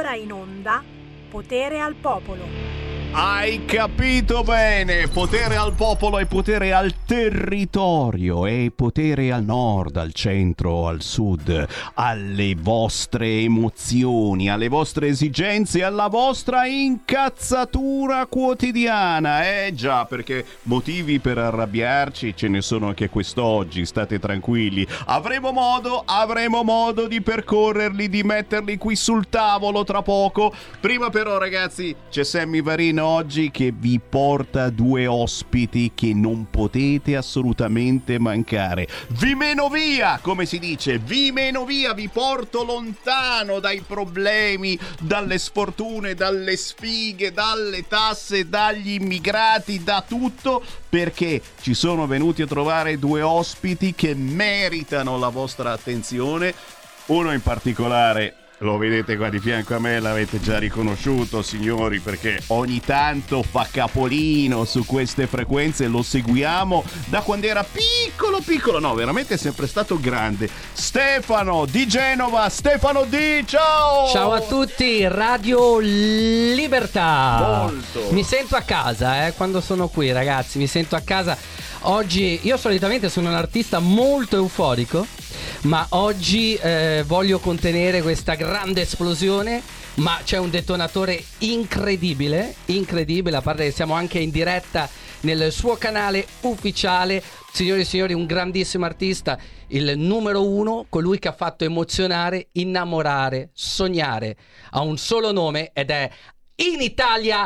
ora in onda Potere al Popolo. Hai capito bene, potere al popolo e potere al territorio e potere al nord, al centro, al sud, alle vostre emozioni, alle vostre esigenze, alla vostra incazzatura quotidiana. Già, perché motivi per arrabbiarci ce ne sono anche quest'oggi, state tranquilli. Avremo modo di percorrerli, di metterli qui sul tavolo tra poco. Prima però, ragazzi, c'è Sammy Varin oggi che vi porta due ospiti che non potete assolutamente mancare. Vi meno via, come si dice, vi meno via, vi porto lontano dai problemi, dalle sfortune, dalle sfighe, dalle tasse, dagli immigrati, da tutto, perché ci sono venuti a trovare due ospiti che meritano la vostra attenzione. Uno in particolare lo vedete qua di fianco a me, l'avete già riconosciuto, signori, perché ogni tanto fa capolino su queste frequenze, lo seguiamo da quando era piccolo, no, veramente è sempre stato grande. Stefano di Genova, Stefano D, ciao! Ciao a tutti, Radio Libertà. Molto. Mi sento a casa, quando sono qui, ragazzi, mi sento a casa. Oggi, io solitamente sono un artista molto euforico, ma oggi voglio contenere questa grande esplosione, ma c'è un detonatore incredibile, a parte che siamo anche in diretta nel suo canale ufficiale. Signori e signori, un grandissimo artista, il numero uno, colui che ha fatto emozionare, innamorare, sognare, ha un solo nome ed è in Italia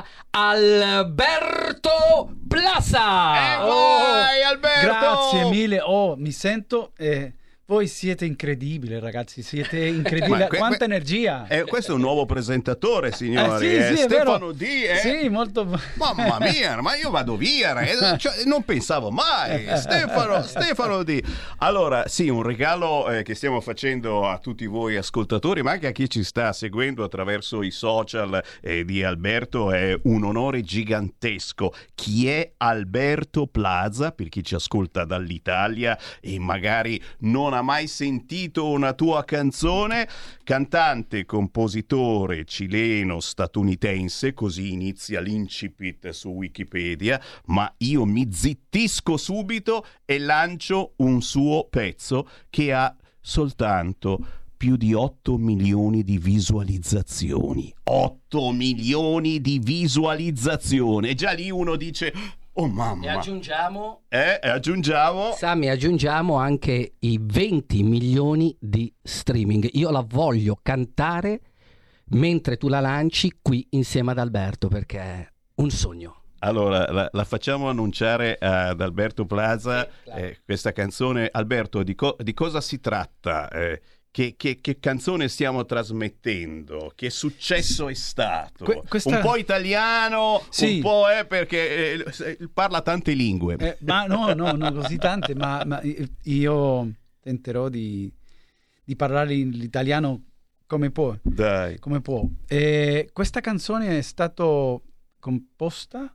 Alberto Plaza. Vai, Alberto! Grazie mille, mi sento... Voi siete incredibili, ragazzi, siete incredibili. Quanta energia! Questo è un nuovo presentatore, signori. Sì, Stefano D. Sì, molto. Mamma mia, ma io vado via, cioè, non pensavo mai. Stefano D. Allora, sì, un regalo che stiamo facendo a tutti voi ascoltatori, ma anche a chi ci sta seguendo attraverso i social di Alberto. È un onore gigantesco. Chi è Alberto Plaza? Per chi ci ascolta dall'Italia e magari non ha mai sentito una tua canzone, cantante, compositore cileno statunitense, così inizia l'incipit su Wikipedia, ma io mi zittisco subito e lancio un suo pezzo che ha soltanto più di 8 milioni di visualizzazioni. 8 milioni di visualizzazioni! E già lì uno dice... Oh mamma! E aggiungiamo... Sammy, aggiungiamo anche i 20 milioni di streaming. Io la voglio cantare mentre tu la lanci qui insieme ad Alberto, perché è un sogno. Allora, la facciamo annunciare ad Alberto Plaza, questa canzone. Alberto, di cosa si tratta? Che canzone stiamo trasmettendo? Che successo è stato? Un po' italiano, sì. Un po' perché parla tante lingue. Ma no, così tante, ma io tenterò di parlare l'italiano come può. Dai. Come può. Questa canzone è stata composta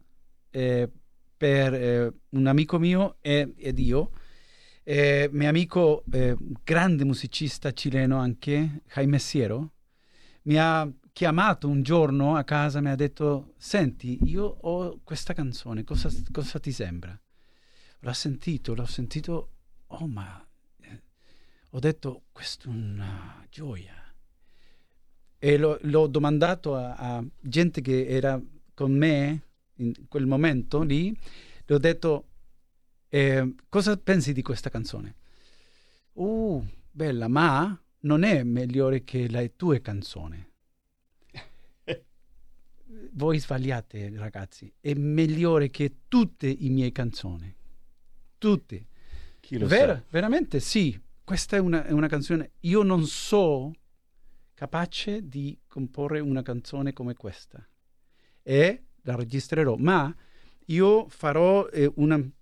per un amico mio ed io. Mio amico, grande musicista cileno anche, Jaime Siero, mi ha chiamato un giorno a casa, mi ha detto: senti, io ho questa canzone, cosa ti sembra? L'ho sentito, ho detto, questa è una gioia. E l'ho domandato a gente che era con me in quel momento lì, le ho detto: cosa pensi di questa canzone? Bella, ma non è migliore che le tue canzoni. Voi sbagliate, ragazzi. È migliore che tutte le mie canzoni. Tutte. Chi lo sa? Veramente sì. Questa è una canzone. Io non so capace di comporre una canzone come questa. E la registrerò. Ma io farò un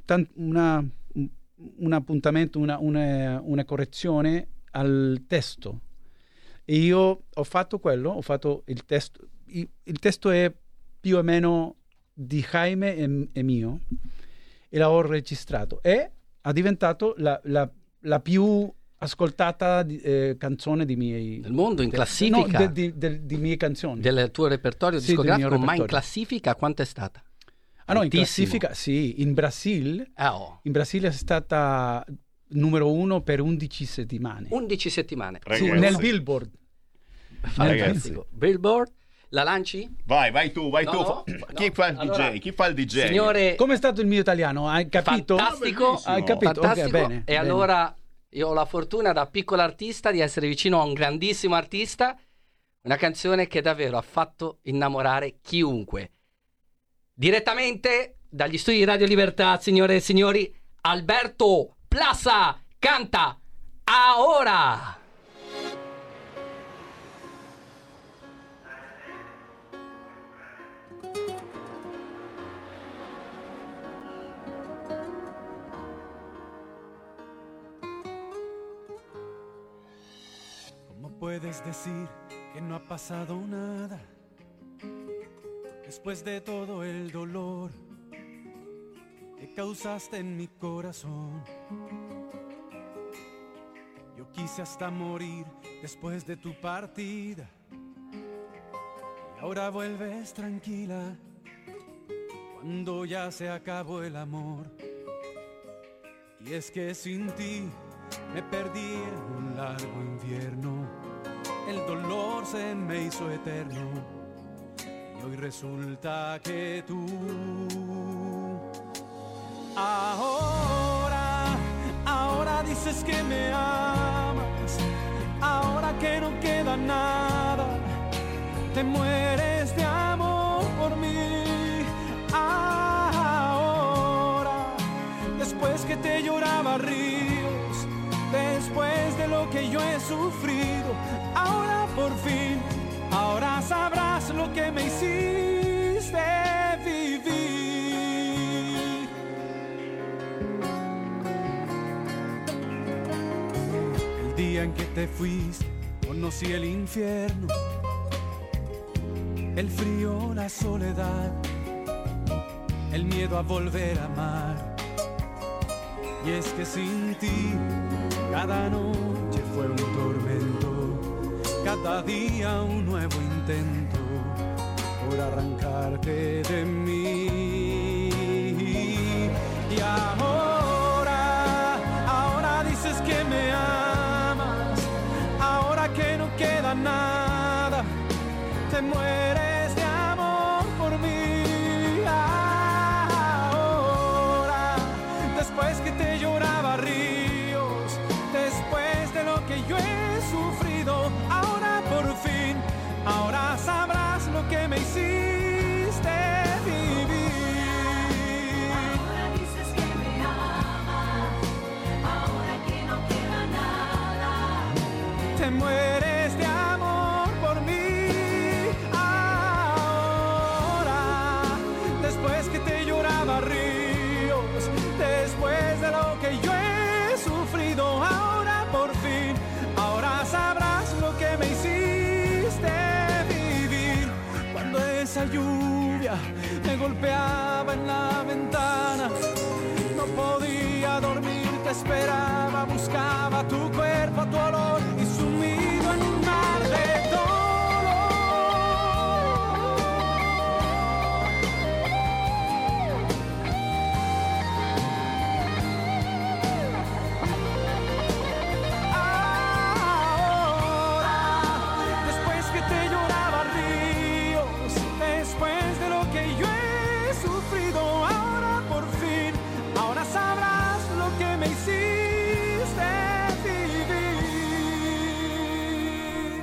appuntamento, una correzione al testo. E io ho fatto il testo. Il testo è più o meno di Jaime e mio, e l'ho registrato. E ha diventato la più ascoltata canzone di miei... Nel mondo, in classifica? No, di mie canzoni. Del tuo repertorio Sì, del mio discografico, ma in repertorio. classifica quanto è stata? Ah no, in Altissimo. classifica, sì. In Brasile è stata numero 1 per 11 settimane. 11 settimane. Sì, Ragazzi. nel Billboard. Fantastico. Billboard, la lanci? Vai tu. No, Chi fa il allora, DJ? Chi fa il DJ? Signore, Come è stato il mio italiano? Hai capito? fantastico. Bellissimo. Hai capito? Fantastico. Ok, bene. E bene. allora io ho la fortuna da piccolo artista di essere vicino a un grandissimo artista, una canzone che davvero ha fatto innamorare chiunque. Direttamente dagli studi di Radio Libertà, signore e signori, Alberto Plaza canta Ahora. ¿Cómo puedes decir que no ha pasado nada? Después de todo el dolor que causaste en mi corazón. Yo quise hasta morir después de tu partida. Y ahora vuelves tranquila cuando ya se acabó el amor. Y es que sin ti me perdí en un largo invierno. El dolor se me hizo eterno. Y hoy resulta que tú ahora dices que me amas. Ahora que no queda nada, te mueres de amor por mí. Ahora, después que te lloraba ríos, después de lo que yo he sufrido, ahora por fin, ahora sabrás lo que me hiciste vivir. El día en que te fuiste, conocí el infierno, el frío, la soledad, el miedo a volver a amar. Y es que sin ti, cada noche fue un tormento, cada día un nuevo intento por arrancarte de mí. Y ahora dices que me amas, ahora que no queda nada, te mueres de amor por mí. Ahora, después que te lloraba ríos, después de lo que yo he sufrido, ahora por fin, ahora sabrás lo que me hiciste vivir. Ahora dices que me amas, ahora que no queda nada, Te mueres de amor por mí. Ahora, después que te lloraba ríos, después de lo que yo he sufrido, ahora por fin, ahora sabrás lo que me hiciste vivir. Cuando esa lluvia me golpeaba en la ventana, no podía dormir, te esperaba, buscaba tu cuerpo, tu olor, y sumido en un mar de dolor. Ahora, después que te lloraba ríos, después de lo que yo he sufrido, ahora por fin, ahora sabrás lo que me hiciste vivir.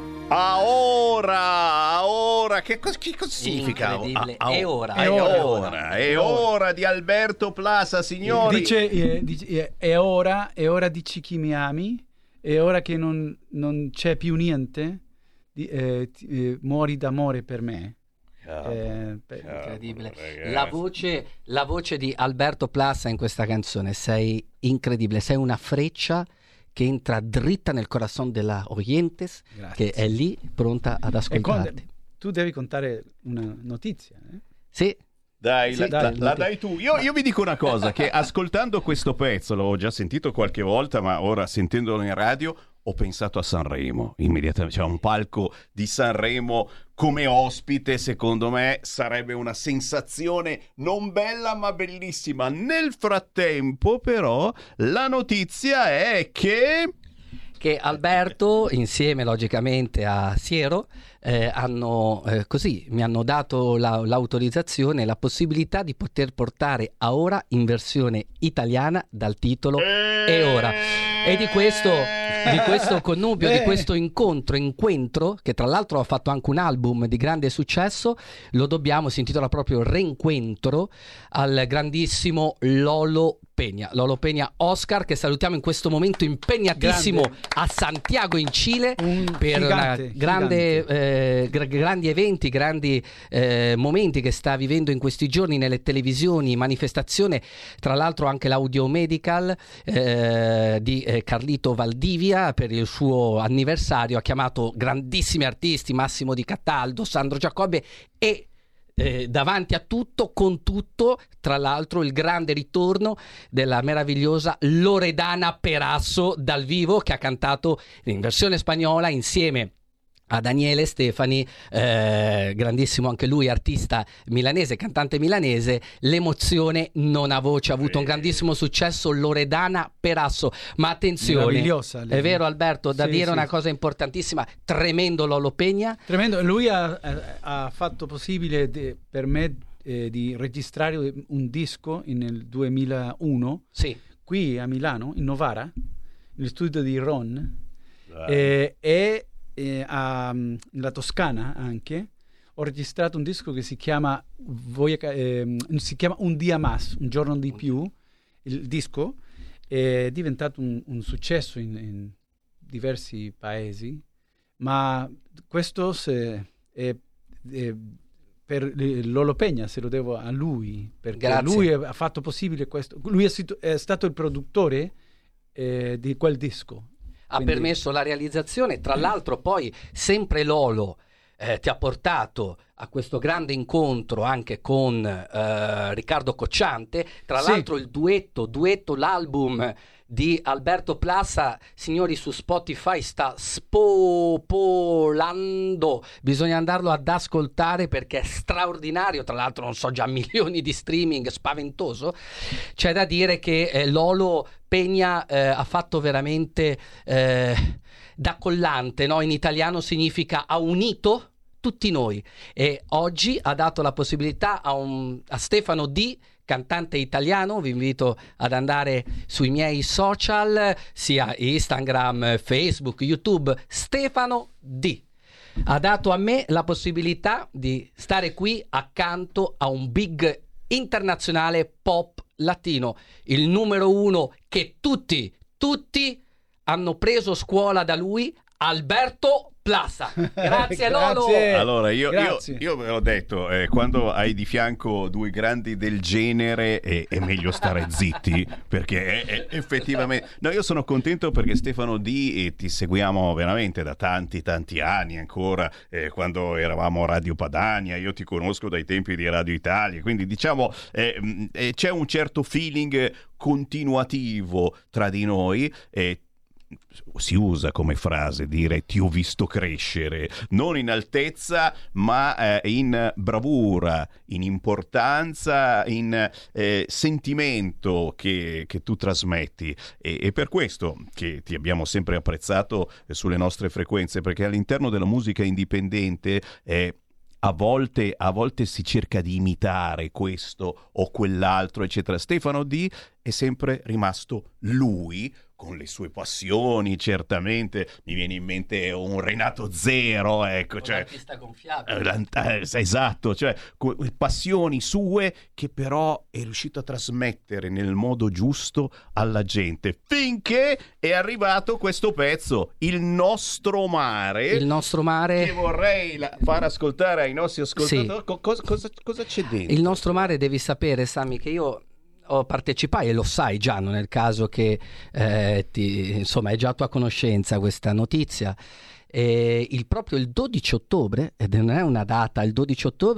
Ahora, che cosa significa? Incredibile. Ah, È ora. È ora di Alberto Plaza, signori. Dice, è ora dici chi mi ami, è ora che non c'è più niente, muori d'amore per me. Incredibile. Ragazzi. La voce di Alberto Plaza in questa canzone, sei incredibile, sei una freccia che entra dritta nel corazon della Orientes, Grazie. che è lì pronta ad E ascoltarti. tu devi contare una notizia. Sì, Dai, Sì, la dai tu. Io vi dico una cosa, che ascoltando questo pezzo, l'ho già sentito qualche volta, ma ora sentendolo in radio ho pensato a Sanremo immediatamente. Cioè, un palco di Sanremo come ospite, secondo me, sarebbe una sensazione non bella ma bellissima. Nel frattempo, però, la notizia è che Alberto, insieme logicamente a Siero, mi hanno dato l'autorizzazione, la possibilità di poter portare a ora in versione italiana dal titolo E ora. E di questo connubio, di questo incontro, che tra l'altro ha fatto anche un album di grande successo, lo dobbiamo, si intitola proprio Reencuentro, al grandissimo Lolo Peña Oscar, che salutiamo in questo momento impegnatissimo a Santiago in Cile per grandi eventi, grandi momenti che sta vivendo in questi giorni nelle televisioni, manifestazione, tra l'altro anche l'Audio Medical di Carlito Valdivia per il suo anniversario, ha chiamato grandissimi artisti, Massimo Di Cataldo, Sandro Giacobbe e davanti a tutto, con tutto, tra l'altro il grande ritorno della meravigliosa Loredana Perasso dal vivo, che ha cantato in versione spagnola insieme a Daniele Stefani, grandissimo anche lui, artista milanese, cantante milanese. L'emozione non ha voce, ha avuto un grandissimo successo Loredana Perasso, ma attenzione, Meravigliosa lei. è vero Alberto, da Sì, dire sì. una cosa importantissima, tremendo Lolo Peña. Tremendo, lui ha fatto possibile per me di registrare un disco nel 2001 Sì, qui a Milano, in Novara, nel studio di Ron, nella Toscana anche. Ho registrato un disco che si chiama Un Día Más, un giorno di più. Il disco è diventato un successo in diversi paesi, ma questo per Lolo Peña se lo devo a lui, perché Grazie. lui ha fatto possibile questo. Lui è stato il produttore di quel disco. ha Quindi- permesso la realizzazione. Tra l'altro poi sempre Lolo ti ha portato a questo grande incontro anche con Riccardo Cocciante, tra Sì. l'altro il duetto, l'album di Alberto Plassa, signori, su Spotify sta spopolando, bisogna andarlo ad ascoltare perché è straordinario, tra l'altro non so, già milioni di streaming, spaventoso. C'è da dire che Lolo Peña ha fatto veramente da collante, no? In italiano significa ha unito tutti noi, e oggi ha dato la possibilità a Stefano D, cantante italiano. Vi invito ad andare sui miei social, sia Instagram, Facebook, YouTube. Stefano D ha dato a me la possibilità di stare qui accanto a un big internazionale pop latino, il numero uno che tutti hanno preso scuola da lui, Alberto Plassa. Grazie Lolo. Grazie. Allora, io Grazie. ve l'ho detto, quando hai di fianco due grandi del genere è meglio stare zitti, perché effettivamente... No, io sono contento perché Stefano D, e ti seguiamo veramente da tanti anni ancora, quando eravamo a Radio Padania, io ti conosco dai tempi di Radio Italia, quindi diciamo c'è un certo feeling continuativo tra di noi. Si usa come frase dire ti ho visto crescere, non in altezza ma in bravura, in importanza, in sentimento che tu trasmetti, e per questo che ti abbiamo sempre apprezzato sulle nostre frequenze, perché all'interno della musica indipendente a volte si cerca di imitare questo o quell'altro, eccetera. Stefano D è sempre rimasto lui, con le sue passioni, certamente. Mi viene in mente un Renato Zero, ecco, Un cioè artista gonfiabile. esatto, cioè passioni sue che però è riuscito a trasmettere nel modo giusto alla gente, finché è arrivato questo pezzo, Il nostro mare. Il nostro mare. Che vorrei far ascoltare ai nostri ascoltatori. Cosa c'è dentro? Il nostro mare, devi sapere, Sammy, che io ho partecipato, e lo sai già, non è il caso che insomma è già a tua conoscenza questa notizia, proprio il 12 ottobre, ed non è una data, il 12 ottobre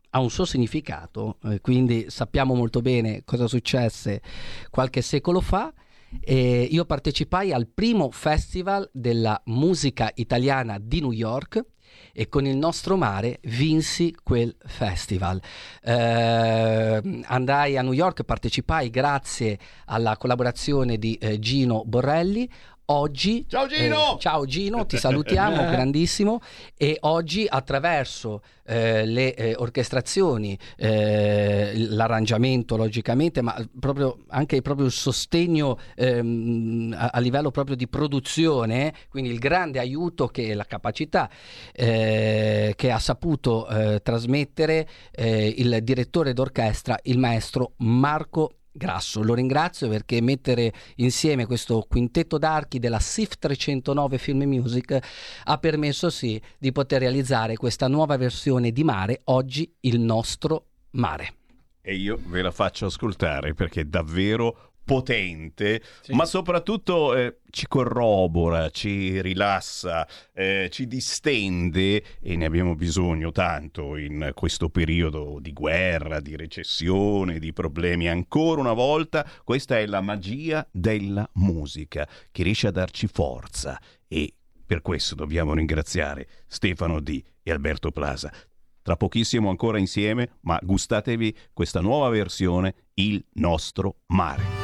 ha un suo significato, quindi sappiamo molto bene cosa successe qualche secolo fa. Io partecipai al primo festival della musica italiana di New York e con il nostro mare vinsi quel festival. Andai a New York, partecipai grazie alla collaborazione di Gino Borrelli. Oggi, Ciao Gino! Ciao Gino, ti salutiamo, grandissimo. E oggi attraverso le orchestrazioni, l'arrangiamento logicamente, ma proprio anche proprio il sostegno a livello proprio di produzione, quindi il grande aiuto che la capacità che ha saputo trasmettere il direttore d'orchestra, il maestro Marco Grasso. Lo ringrazio perché mettere insieme questo quintetto d'archi della SIF 309 Film Music ha permesso sì di poter realizzare questa nuova versione di Mare, oggi il nostro mare. E io ve la faccio ascoltare perché è davvero potente, Sì. ma soprattutto ci corrobora, ci rilassa, ci distende, e ne abbiamo bisogno tanto in questo periodo di guerra, di recessione, di problemi. Ancora una volta questa è la magia della musica che riesce a darci forza, e per questo dobbiamo ringraziare Stefano D. e Alberto Plaza. Tra pochissimo ancora insieme, ma gustatevi questa nuova versione, Il nostro mare.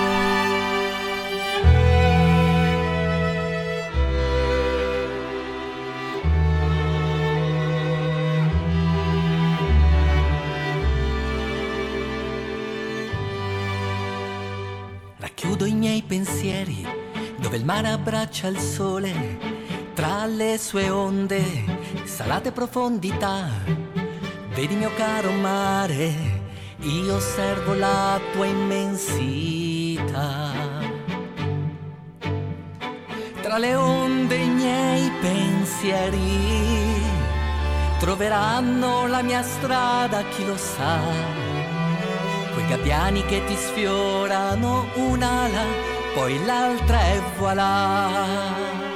Racchiudo i miei pensieri dove il mare abbraccia il sole, tra le sue onde, salate profondità. Vedi mio caro mare, io osservo la tua immensità. Tra le onde i miei pensieri troveranno la mia strada, chi lo sa. Quei gabbiani che ti sfiorano un'ala, poi l'altra e voilà.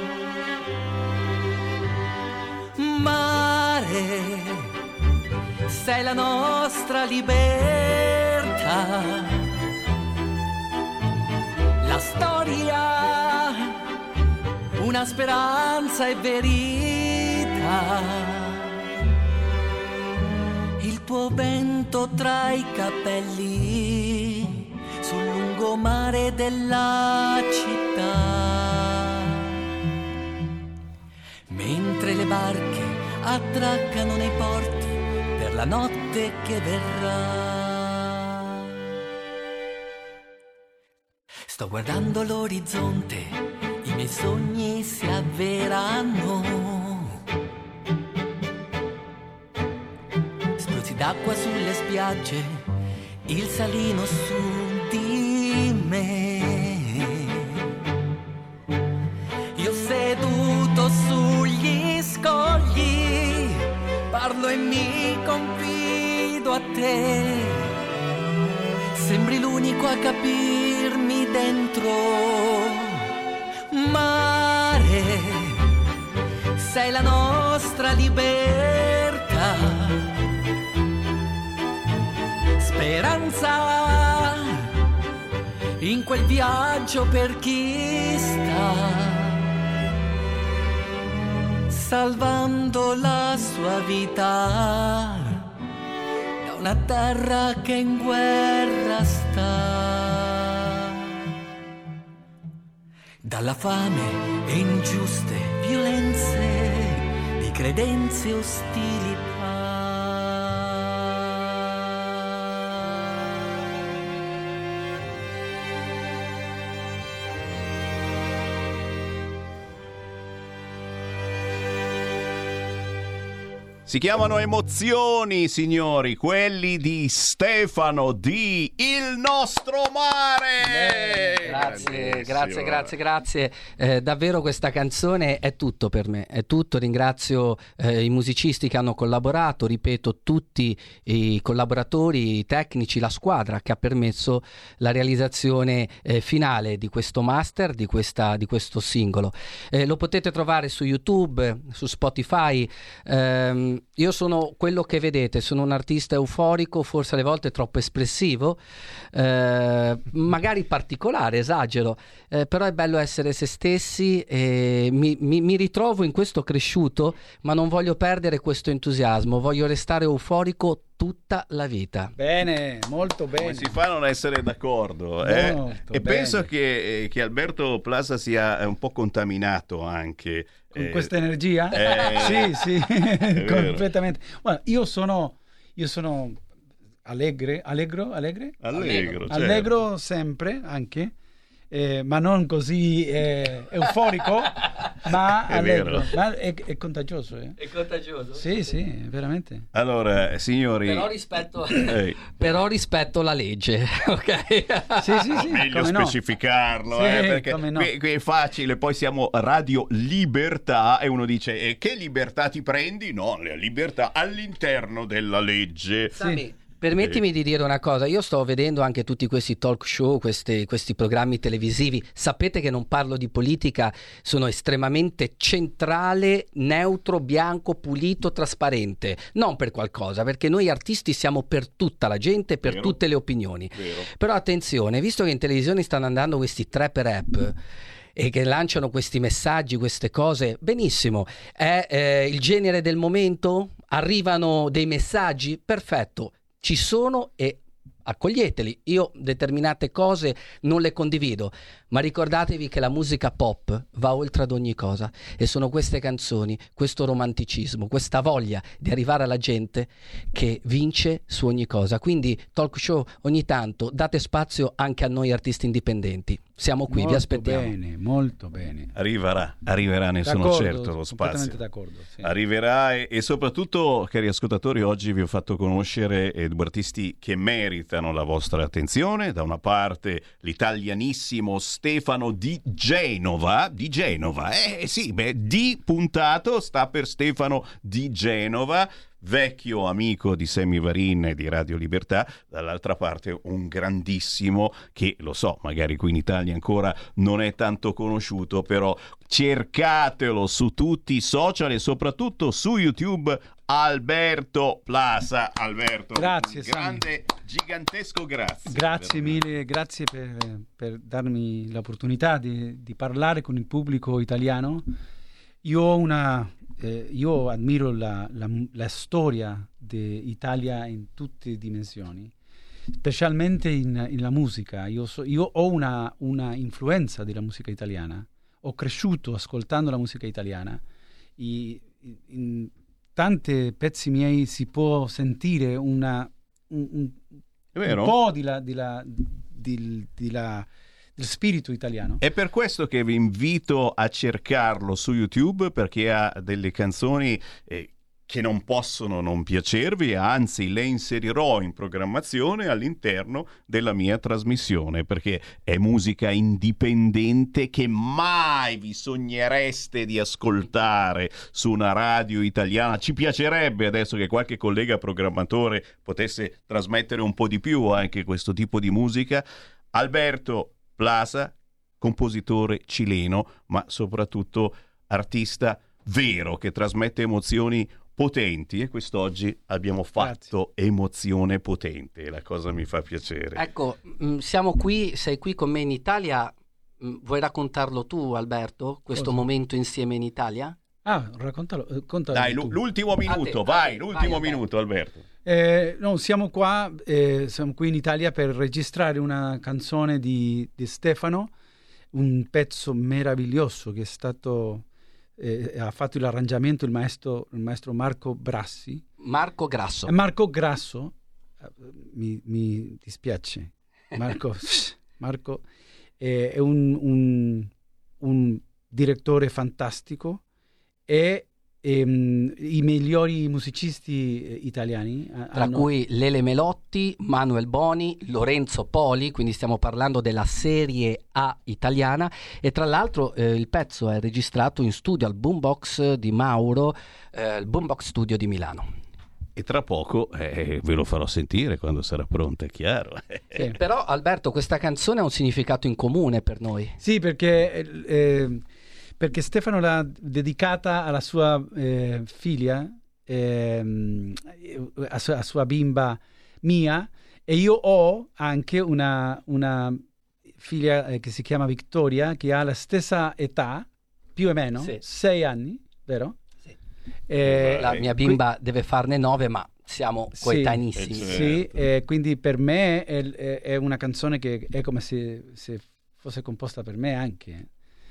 Mare, sei la nostra libertà, la storia, una speranza e verità. Il tuo vento tra i capelli sul lungomare della città, mentre le barche attraccano nei porti per la notte che verrà. Sto guardando l'orizzonte, i miei sogni si avveranno. Spruzzi d'acqua sulle spiagge, il salino su di me. Io seduto sugli scogli parlo e mi confido a te. Sembri l'unico a capirmi dentro. Mare, sei la nostra libertà, speranza in quel viaggio per chi sta salvando la sua vita da una terra che in guerra sta, dalla fame e ingiuste violenze, di credenze e ostilità. Si chiamano emozioni, signori, quelli di Stefano D. Il nostro mare! Grazie. Davvero questa canzone è tutto per me, è tutto. Ringrazio i musicisti che hanno collaborato, ripeto, tutti i collaboratori, i tecnici, la squadra che ha permesso la realizzazione finale di questo master, di questo singolo. Lo potete trovare su YouTube, su Spotify. io sono quello che vedete, sono un artista euforico, forse alle volte troppo espressivo, magari particolare, esagero, però è bello essere se stessi e mi ritrovo in questo cresciuto, ma non voglio perdere questo entusiasmo, voglio restare euforico tutta la vita. Bene, molto bene. Come si fa a non essere d'accordo? Molto E bene. penso che Alberto Plaza sia un po' contaminato anche. Con questa energia? Sì, vero. completamente. Guarda, io sono allegro, Certo. allegro sempre anche, ma non così euforico, ma È allegro. vero. Ma è contagioso, eh? È contagioso? Sì, veramente. Allora, signori, Però rispetto la legge, ok? Sì, meglio come no. specificarlo, Sì, perché come no. qui è facile, poi siamo Radio Libertà e uno dice che libertà ti prendi? No, la libertà all'interno della legge. Sammy, permettimi di dire una cosa, io sto vedendo anche tutti questi talk show, questi programmi televisivi, sapete che non parlo di politica, sono estremamente centrale, neutro, bianco, pulito, trasparente, non per qualcosa, perché noi artisti siamo per tutta la gente, per Vero. tutte le opinioni. Vero. Però attenzione, visto che in televisione stanno andando questi trapper rap e che lanciano questi messaggi, queste cose, benissimo, è il genere del momento? Arrivano dei messaggi? Perfetto, ci sono e accoglieteli. Io determinate cose non le condivido, ma ricordatevi che la musica pop va oltre ad ogni cosa e sono queste canzoni, questo romanticismo, questa voglia di arrivare alla gente che vince su ogni cosa. Quindi talk show ogni tanto, date spazio anche a noi artisti indipendenti. Siamo qui, vi aspettiamo. Bene, molto bene. Arriverà, ne sono D'accordo, certo lo completamente spazio. d'accordo. Sì. Arriverà e soprattutto, cari ascoltatori, oggi vi ho fatto conoscere due artisti che meritano la vostra attenzione. Da una parte l'italianissimo Stefano di Genova. Di puntato sta per Stefano di Genova, vecchio amico di Sammy Varin e di Radio Libertà. Dall'altra parte un grandissimo che, lo so, magari qui in Italia ancora non è tanto conosciuto, però cercatelo su tutti i social e soprattutto su YouTube, Alberto Plaza. Alberto, Grazie, un grande, gigantesco grazie. Grazie mille, grazie per darmi l'opportunità di parlare con il pubblico italiano. Io ammiro la storia dell'Italia in tutte le dimensioni, specialmente nella musica. Io ho una influenza della musica italiana. Ho cresciuto ascoltando la musica italiana. In tanti pezzi miei si può sentire un po' del spirito italiano. È per questo che vi invito a cercarlo su YouTube, perché ha delle canzoni che non possono non piacervi, anzi le inserirò in programmazione all'interno della mia trasmissione, perché è musica indipendente che mai vi sognereste di ascoltare su una radio italiana. Ci piacerebbe adesso che qualche collega programmatore potesse trasmettere un po' di più anche questo tipo di musica. Alberto Plaza, compositore cileno, ma soprattutto artista vero che trasmette emozioni potenti, e quest'oggi abbiamo fatto emozione potente, la cosa mi fa piacere. Ecco, siamo qui, sei qui con me in Italia, vuoi raccontarlo tu, Alberto, questo momento insieme in Italia? Raccontalo. Dai, tu. l'ultimo minuto, l'ultimo minuto, Alberto. No, siamo qui in Italia per registrare una canzone di Stefano, un pezzo meraviglioso che è stato ha fatto l'arrangiamento il maestro Marco Grassi. Marco Grasso. Marco Grasso, mi dispiace. Marco è un direttore fantastico e i migliori musicisti italiani tra cui Lele Melotti, Manuel Boni, Lorenzo Poli, quindi stiamo parlando della serie A italiana, e tra l'altro il pezzo è registrato in studio al Boombox di Mauro, il Boombox Studio di Milano. E tra poco ve lo farò sentire quando sarà pronta, è chiaro. Sì. Però Alberto, questa canzone ha un significato in comune per noi. Sì, perché Stefano l'ha dedicata alla sua figlia a sua bimba Mia, e io ho anche una figlia che si chiama Victoria, che ha la stessa età, più o meno, Sì. 6 anni, vero? Sì. Eh, La mia bimba deve farne 9, ma siamo Sì. coetanissimi. Sì, quindi per me è una canzone che è come se fosse composta per me anche.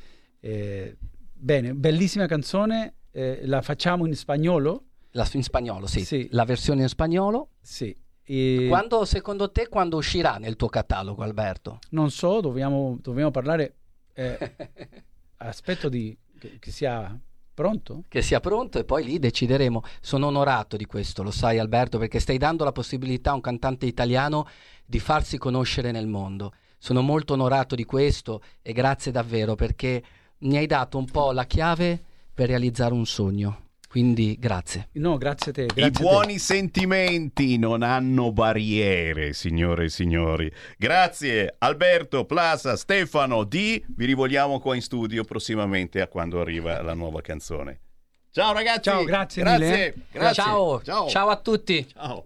Bene, bellissima canzone, la facciamo in spagnolo? In spagnolo, sì. Sì. La versione in spagnolo. Sì. Quando, secondo te, quando uscirà nel tuo catalogo, Alberto? Non so, dobbiamo parlare. Aspetto che sia pronto. Che sia pronto e poi lì decideremo. Sono onorato di questo, lo sai Alberto, perché stai dando la possibilità a un cantante italiano di farsi conoscere nel mondo. Sono molto onorato di questo e grazie davvero, perché mi hai dato un po' la chiave per realizzare un sogno. Quindi grazie. No, grazie a te. I buoni sentimenti non hanno barriere, signore e signori. Grazie Alberto, Plaza, Stefano D. Vi rivogliamo qua in studio prossimamente a quando arriva la nuova canzone. Ciao ragazzi. Ciao, grazie mille. Grazie. Ciao. Ciao. Ciao a tutti. Ciao.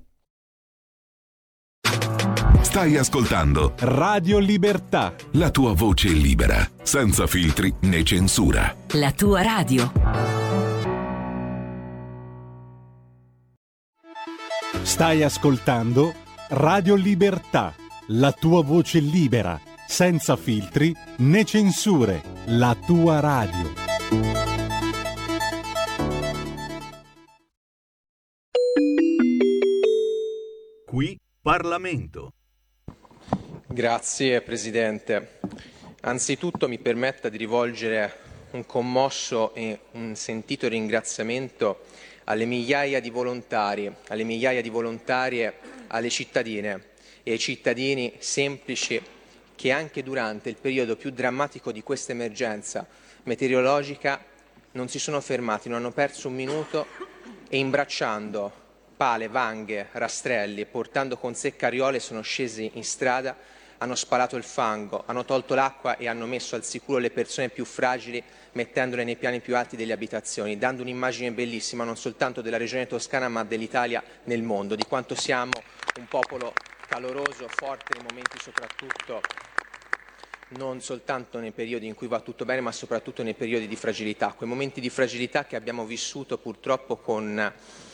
Stai ascoltando Radio Libertà. la tua voce libera, senza filtri né censura. La tua radio. Stai ascoltando Radio Libertà, la tua voce libera, senza filtri né censure. La tua radio. Qui Parlamento. Grazie Presidente. Anzitutto mi permetta di rivolgere un commosso e un sentito ringraziamento alle migliaia di volontari, alle migliaia di volontarie, alle cittadine e ai cittadini semplici che anche durante il periodo più drammatico di questa emergenza meteorologica non si sono fermati, non hanno perso un minuto e imbracciando pale, vanghe, rastrelli e portando con sé carriole sono scesi in strada, hanno spalato il fango, hanno tolto l'acqua e hanno messo al sicuro le persone più fragili mettendole nei piani più alti delle abitazioni, dando un'immagine bellissima non soltanto della regione toscana ma dell'Italia nel mondo, di quanto siamo un popolo caloroso, forte nei momenti soprattutto, non soltanto nei periodi in cui va tutto bene ma soprattutto nei periodi di fragilità, quei momenti di fragilità che abbiamo vissuto purtroppo con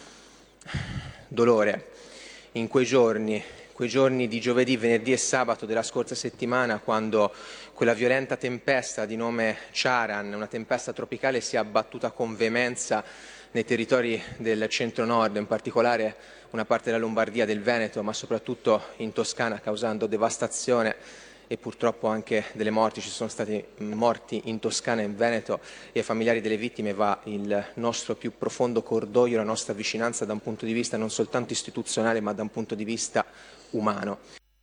dolore in quei giorni di giovedì, venerdì e sabato della scorsa settimana, quando quella violenta tempesta di nome Ciaran, una tempesta tropicale, si è abbattuta con veemenza nei territori del centro-nord, in particolare una parte della Lombardia, del Veneto, ma soprattutto in Toscana, causando devastazione e purtroppo anche delle morti. Ci sono stati morti in Toscana e in Veneto e ai familiari delle vittime va il nostro più profondo cordoglio, la nostra vicinanza da un punto di vista non soltanto istituzionale ma da un punto di vista umano.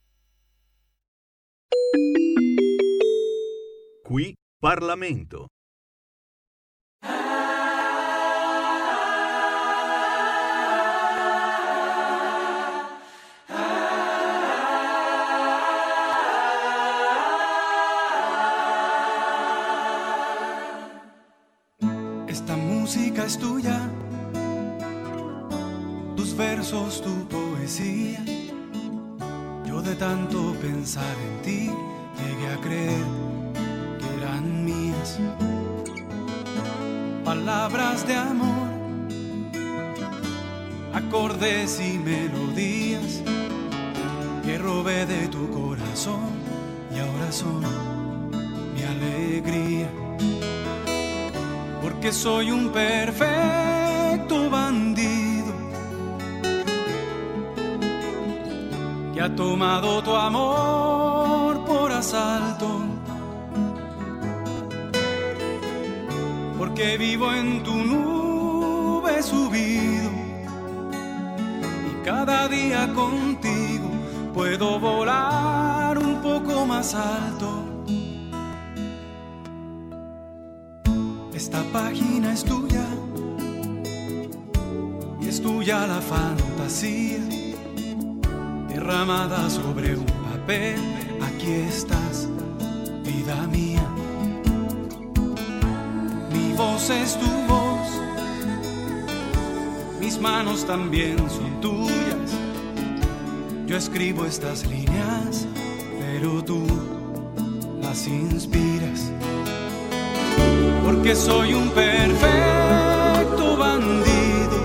Qui Parlamento. Esta música es tuya, tus versos, tu poesía. Yo de tanto pensar en ti llegué a creer que eran mías. Palabras de amor, acordes y melodías que robé de tu corazón y ahora son mi alegría. Porque soy un perfecto bandido que ha tomado tu amor por asalto. Porque vivo en tu nube subido y cada día contigo puedo volar un poco más alto. Esta página es tuya y es tuya la fantasía derramada sobre un papel. Aquí estás, vida mía. Mi voz es tu voz, mis mis manos también son tuyas. Yo escribo estas líneas, pero tú las inspiras. Porque soy un perfecto bandido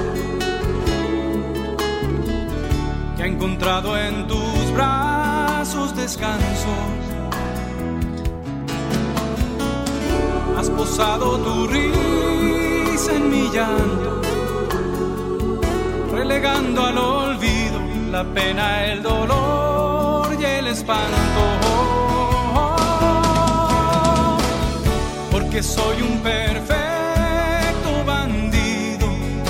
que ha encontrado en tus brazos descanso. Has posado tu risa en mi llanto, relegando al olvido la pena, el dolor y el espanto. Porque soy un perfecto bandido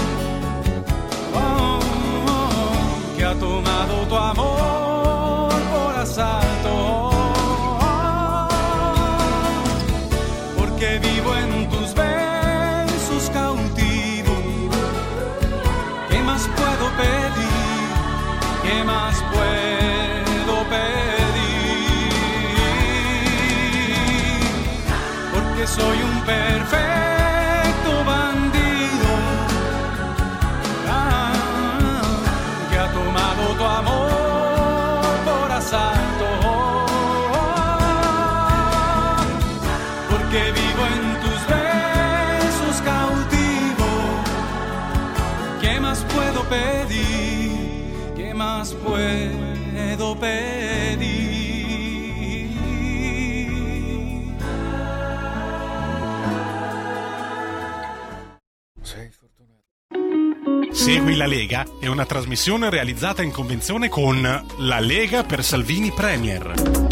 que ha tomado tu amor por asalto. Porque vivo en tus besos cautivo. ¿Qué más puedo pedir? ¿Qué más puedo pedir? Porque soy un perfecto bandido que ha tomado tu amor por asalto. Porque vivo en tus besos cautivo. ¿Qué más puedo pedir? ¿Qué más puedo pedir? Segui la Lega è una trasmissione realizzata in convenzione con La Lega per Salvini Premier.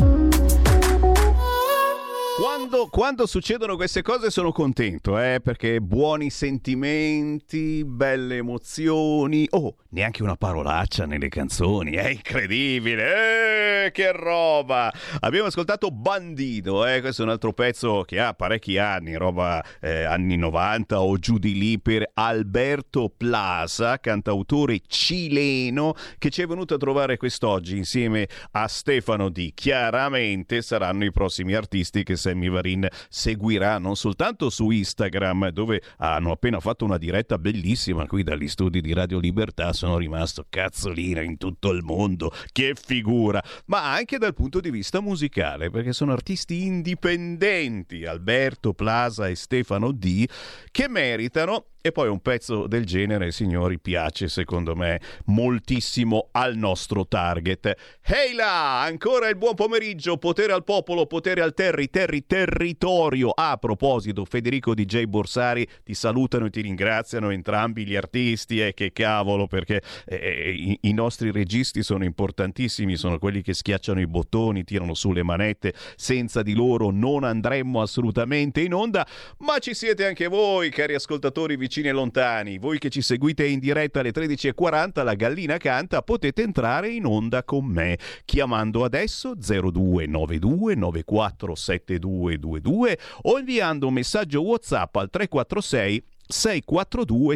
Quando succedono queste cose sono contento, perché buoni sentimenti, belle emozioni, neanche una parolaccia nelle canzoni, è incredibile, che roba! Abbiamo ascoltato Bandido, questo è un altro pezzo che ha parecchi anni, roba anni 90 o giù di lì, per Alberto Plaza, cantautore cileno, che ci è venuto a trovare quest'oggi insieme a Stefano D. Chiaramente saranno i prossimi artisti che Sammy Varin seguirà non soltanto su Instagram, dove hanno appena fatto una diretta bellissima qui dagli studi di Radio Libertà. Sono rimasto cazzolina in tutto il mondo, che figura, ma anche dal punto di vista musicale, perché sono artisti indipendenti, Alberto Plaza e Stefano D, che meritano. E poi un pezzo del genere, signori, piace secondo me moltissimo al nostro target. Ehi là, ancora il buon pomeriggio, potere al popolo, potere al territorio. A proposito, Federico DJ Borsari, ti salutano e ti ringraziano entrambi gli artisti, che cavolo, perché i nostri registi sono importantissimi, sono quelli che schiacciano i bottoni, tirano su le manette, senza di loro non andremmo assolutamente in onda, ma ci siete anche voi, cari ascoltatori vicini e lontani, voi che ci seguite in diretta alle 13:40, la gallina canta, potete entrare in onda con me chiamando adesso 0292 947222 o inviando un messaggio WhatsApp al 346 642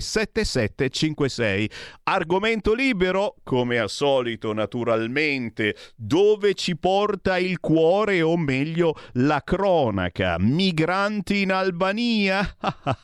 7756. Argomento libero, come al solito, naturalmente, dove ci porta il cuore, o meglio la cronaca. Migranti in Albania?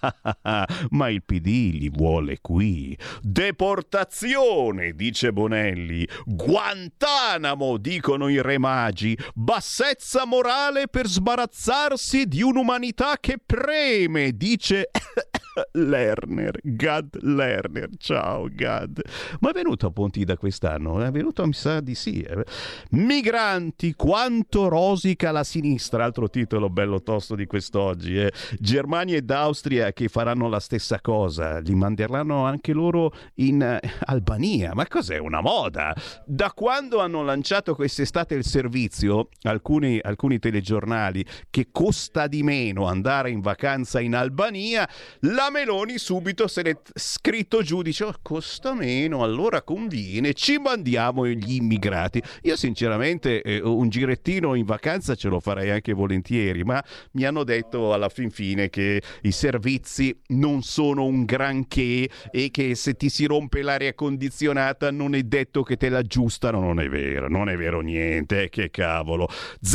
Ma il PD li vuole qui. Deportazione, dice Bonelli. Guantanamo, dicono i re magi. Bassezza morale per sbarazzarsi di un'umanità che preme, dice Lerner, Gad Lerner. Ciao Gad. Ma è venuto a Pontida quest'anno? È venuto, mi sa di sì. Migranti, quanto rosica la sinistra, altro titolo bello tosto di quest'oggi. Germania ed Austria che faranno la stessa cosa, li manderanno anche loro in Albania. Ma cos'è, una moda? Da quando hanno lanciato quest'estate il servizio, alcuni telegiornali, che costa di meno andare in vacanza in Albania, la Meloni subito se l'è scritto giù, dice costa meno, allora conviene, ci mandiamo gli immigrati. Io sinceramente un girettino in vacanza ce lo farei anche volentieri, ma mi hanno detto alla fin fine che i servizi non sono un granché e che se ti si rompe l'aria condizionata non è detto che te l'aggiustano. Non è vero niente, che cavolo.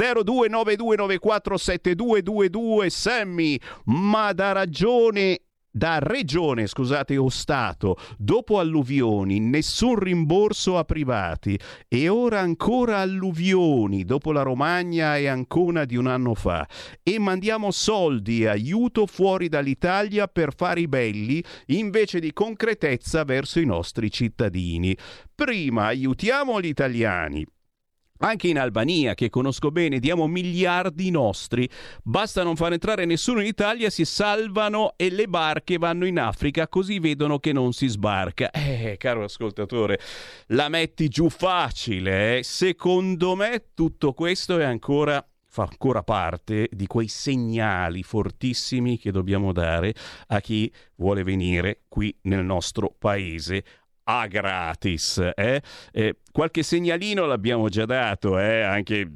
0292947222. Sammy, ma dà ragione da regione, scusate, o Stato, dopo alluvioni, nessun rimborso a privati e ora ancora alluvioni dopo la Romagna e Ancona di un anno fa e mandiamo soldi e aiuto fuori dall'Italia per fare i belli invece di concretezza verso i nostri cittadini. Prima aiutiamo gli italiani. Anche in Albania, che conosco bene, diamo miliardi nostri. Basta non far entrare nessuno in Italia, si salvano e le barche vanno in Africa, così vedono che non si sbarca. Caro ascoltatore, la metti giù facile, Secondo me tutto questo fa ancora parte di quei segnali fortissimi che dobbiamo dare a chi vuole venire qui nel nostro paese a gratis. Qualche segnalino l'abbiamo già dato, anche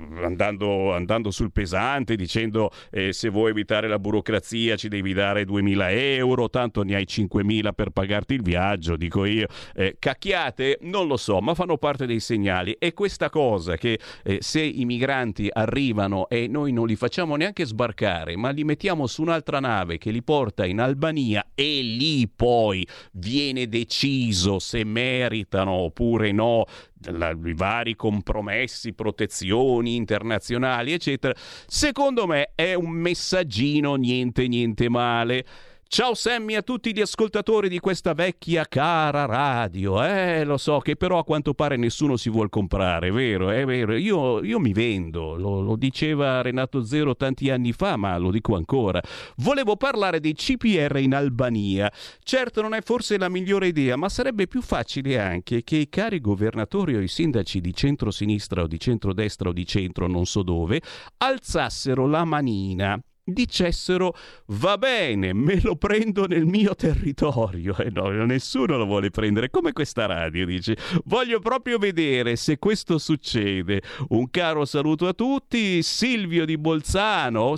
andando sul pesante, dicendo se vuoi evitare la burocrazia ci devi dare 2.000 euro, tanto ne hai 5.000 per pagarti il viaggio, dico io. Cacchiate? Non lo so, ma fanno parte dei segnali. E questa cosa che se i migranti arrivano e noi non li facciamo neanche sbarcare, ma li mettiamo su un'altra nave che li porta in Albania e lì poi viene deciso se meritano oppure no i vari compromessi, protezioni internazionali, eccetera, secondo me è un messaggino niente male. Ciao Sammy a tutti gli ascoltatori di questa vecchia cara radio. Lo so che però a quanto pare nessuno si vuol comprare, vero? È vero, io mi vendo, lo diceva Renato Zero tanti anni fa, ma lo dico ancora. Volevo parlare dei CPR in Albania. Certo non è forse la migliore idea, ma sarebbe più facile anche che i cari governatori o i sindaci di centro-sinistra o di centro-destra o di centro, non so dove, alzassero la manina, dicessero va bene, me lo prendo nel mio territorio. No, nessuno lo vuole prendere, come questa radio, dici. Voglio proprio vedere se questo succede. Un caro saluto a tutti. Silvio di Bolzano,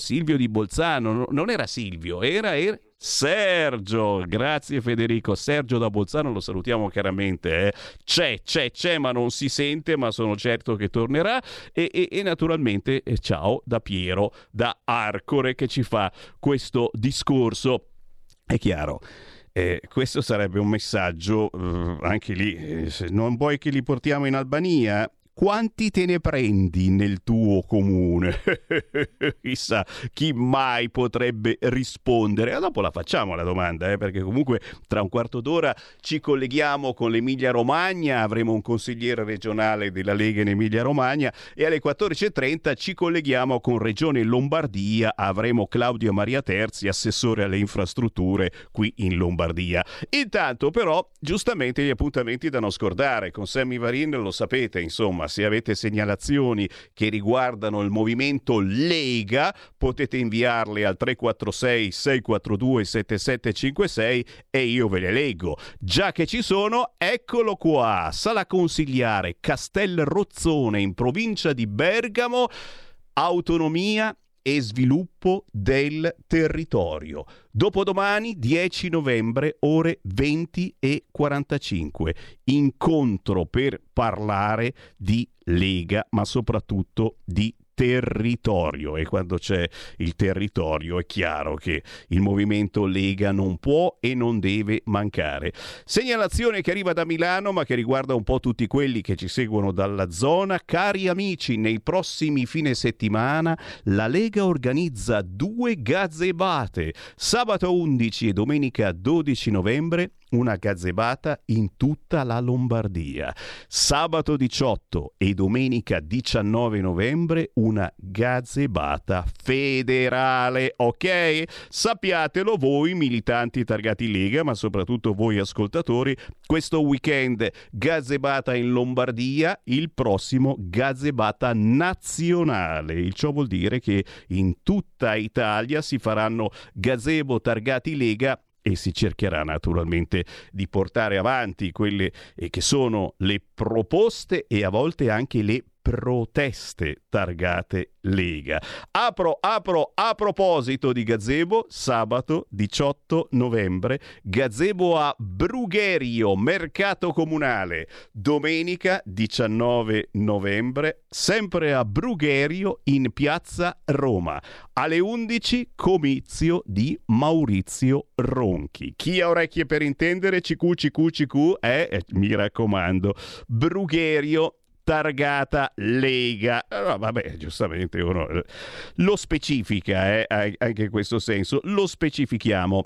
non era Silvio, era Sergio, grazie Federico. Sergio da Bolzano lo salutiamo chiaramente. C'è, ma non si sente, ma sono certo che tornerà. E naturalmente ciao da Piero da Arcore che ci fa questo discorso. È chiaro. Questo sarebbe un messaggio anche lì. Se non vuoi che li portiamo in Albania, quanti te ne prendi nel tuo comune? Chissà chi mai potrebbe rispondere. Dopo la facciamo la domanda, perché comunque tra un quarto d'ora ci colleghiamo con l'Emilia Romagna, avremo un consigliere regionale della Lega in Emilia Romagna e alle 14.30 ci colleghiamo con Regione Lombardia, avremo Claudio Maria Terzi, assessore alle infrastrutture qui in Lombardia. Intanto però giustamente gli appuntamenti da non scordare con Sammy Varin, lo sapete, insomma, se avete segnalazioni che riguardano il movimento Lega potete inviarle al 346 642 7756 e io ve le leggo. Già che ci sono, eccolo qua, sala consigliare Castel Rozzone in provincia di Bergamo, autonomia e sviluppo del territorio. Dopodomani 10 novembre ore 20:45, incontro per parlare di Lega ma soprattutto di territorio, e quando c'è il territorio è chiaro che il movimento Lega non può e non deve mancare. Segnalazione che arriva da Milano ma che riguarda un po' tutti quelli che ci seguono dalla zona. Cari amici, nei prossimi fine settimana la Lega organizza 2 gazebate, sabato 11 e domenica 12 novembre, una gazebata in tutta la Lombardia. Sabato 18 e domenica 19 novembre una gazebata federale, ok? Sappiatelo voi militanti targati Lega, ma soprattutto voi ascoltatori, questo weekend gazebata in Lombardia, il prossimo gazebata nazionale. Il ciò vuol dire che in tutta Italia si faranno gazebo targati Lega e si cercherà naturalmente di portare avanti quelle che sono le proposte e a volte anche le proteste targate Lega. A proposito di gazebo, sabato 18 novembre, gazebo a Brugherio, mercato comunale. Domenica 19 novembre, sempre a Brugherio in piazza Roma. Alle 11 comizio Maurizio Ronchi. Chi ha orecchie per intendere, CQ, mi raccomando, Brugherio targata Lega. Vabbè, giustamente uno lo specifica, anche in questo senso, lo specifichiamo.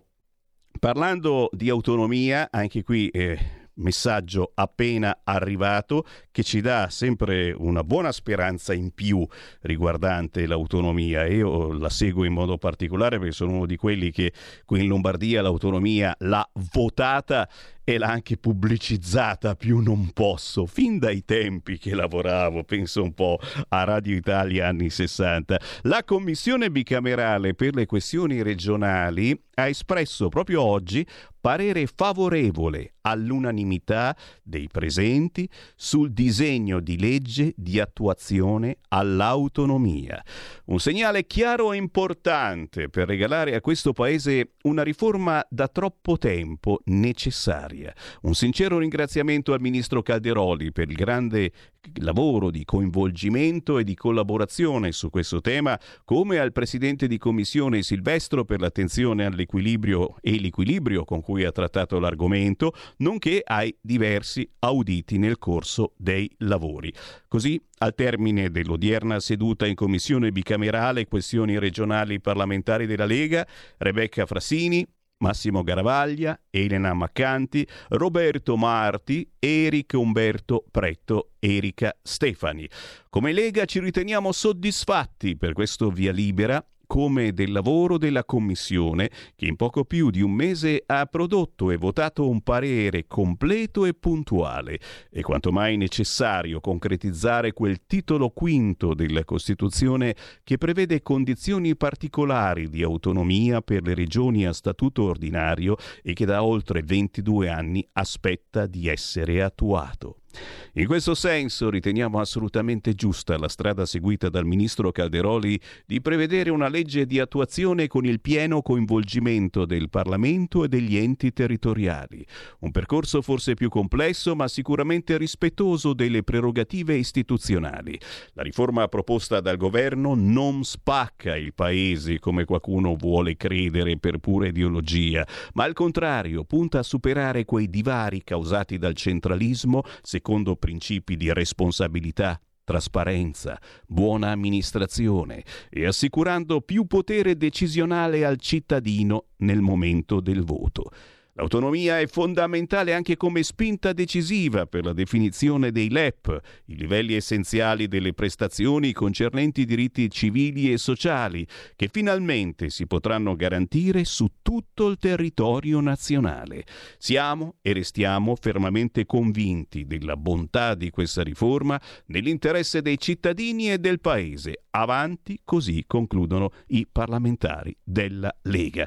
Parlando di autonomia, anche qui messaggio appena arrivato che ci dà sempre una buona speranza in più riguardante l'autonomia. Io la seguo in modo particolare perché sono uno di quelli che qui in Lombardia l'autonomia l'ha votata e l'ha anche pubblicizzata più non posso, fin dai tempi che lavoravo, penso un po' a Radio Italia anni 60. La Commissione bicamerale per le questioni regionali ha espresso proprio oggi parere favorevole all'unanimità dei presenti sul disegno di legge di attuazione all'autonomia. Un segnale chiaro e importante per regalare a questo Paese una riforma da troppo tempo necessaria. Un sincero ringraziamento al Ministro Calderoli per il grande lavoro di coinvolgimento e di collaborazione su questo tema, come al Presidente di Commissione Silvestro per l'attenzione all'equilibrio e l'equilibrio con cui ha trattato l'argomento, nonché ai diversi auditi nel corso dei lavori. Così, al termine dell'odierna seduta in Commissione bicamerale Questioni regionali parlamentari della Lega, Rebecca Frassini, Massimo Garavaglia, Elena Maccanti, Roberto Marti, Eric Umberto Pretto, Erika Stefani. Come Lega ci riteniamo soddisfatti per questo via libera, come del lavoro della Commissione, che in poco più di un mese ha prodotto e votato un parere completo e puntuale. È quanto mai necessario concretizzare quel titolo quinto della Costituzione che prevede condizioni particolari di autonomia per le regioni a statuto ordinario e che da oltre 22 anni aspetta di essere attuato. In questo senso riteniamo assolutamente giusta la strada seguita dal Ministro Calderoli di prevedere una legge di attuazione con il pieno coinvolgimento del Parlamento e degli enti territoriali. Un percorso forse più complesso, ma sicuramente rispettoso delle prerogative istituzionali. La riforma proposta dal governo non spacca il Paese come qualcuno vuole credere per pura ideologia, ma al contrario punta a superare quei divari causati dal centralismo secondo principi di responsabilità, trasparenza, buona amministrazione e assicurando più potere decisionale al cittadino nel momento del voto. L'autonomia è fondamentale anche come spinta decisiva per la definizione dei LEP, i livelli essenziali delle prestazioni concernenti i diritti civili e sociali, che finalmente si potranno garantire su tutto il territorio nazionale. Siamo e restiamo fermamente convinti della bontà di questa riforma nell'interesse dei cittadini e del Paese. Avanti, così concludono i parlamentari della Lega.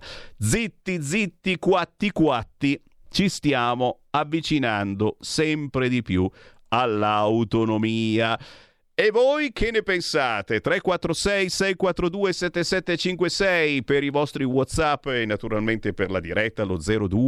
Zitti, quatti, ci stiamo avvicinando sempre di più all'autonomia. E voi che ne pensate? 346-642-7756 per i vostri WhatsApp e naturalmente per la diretta lo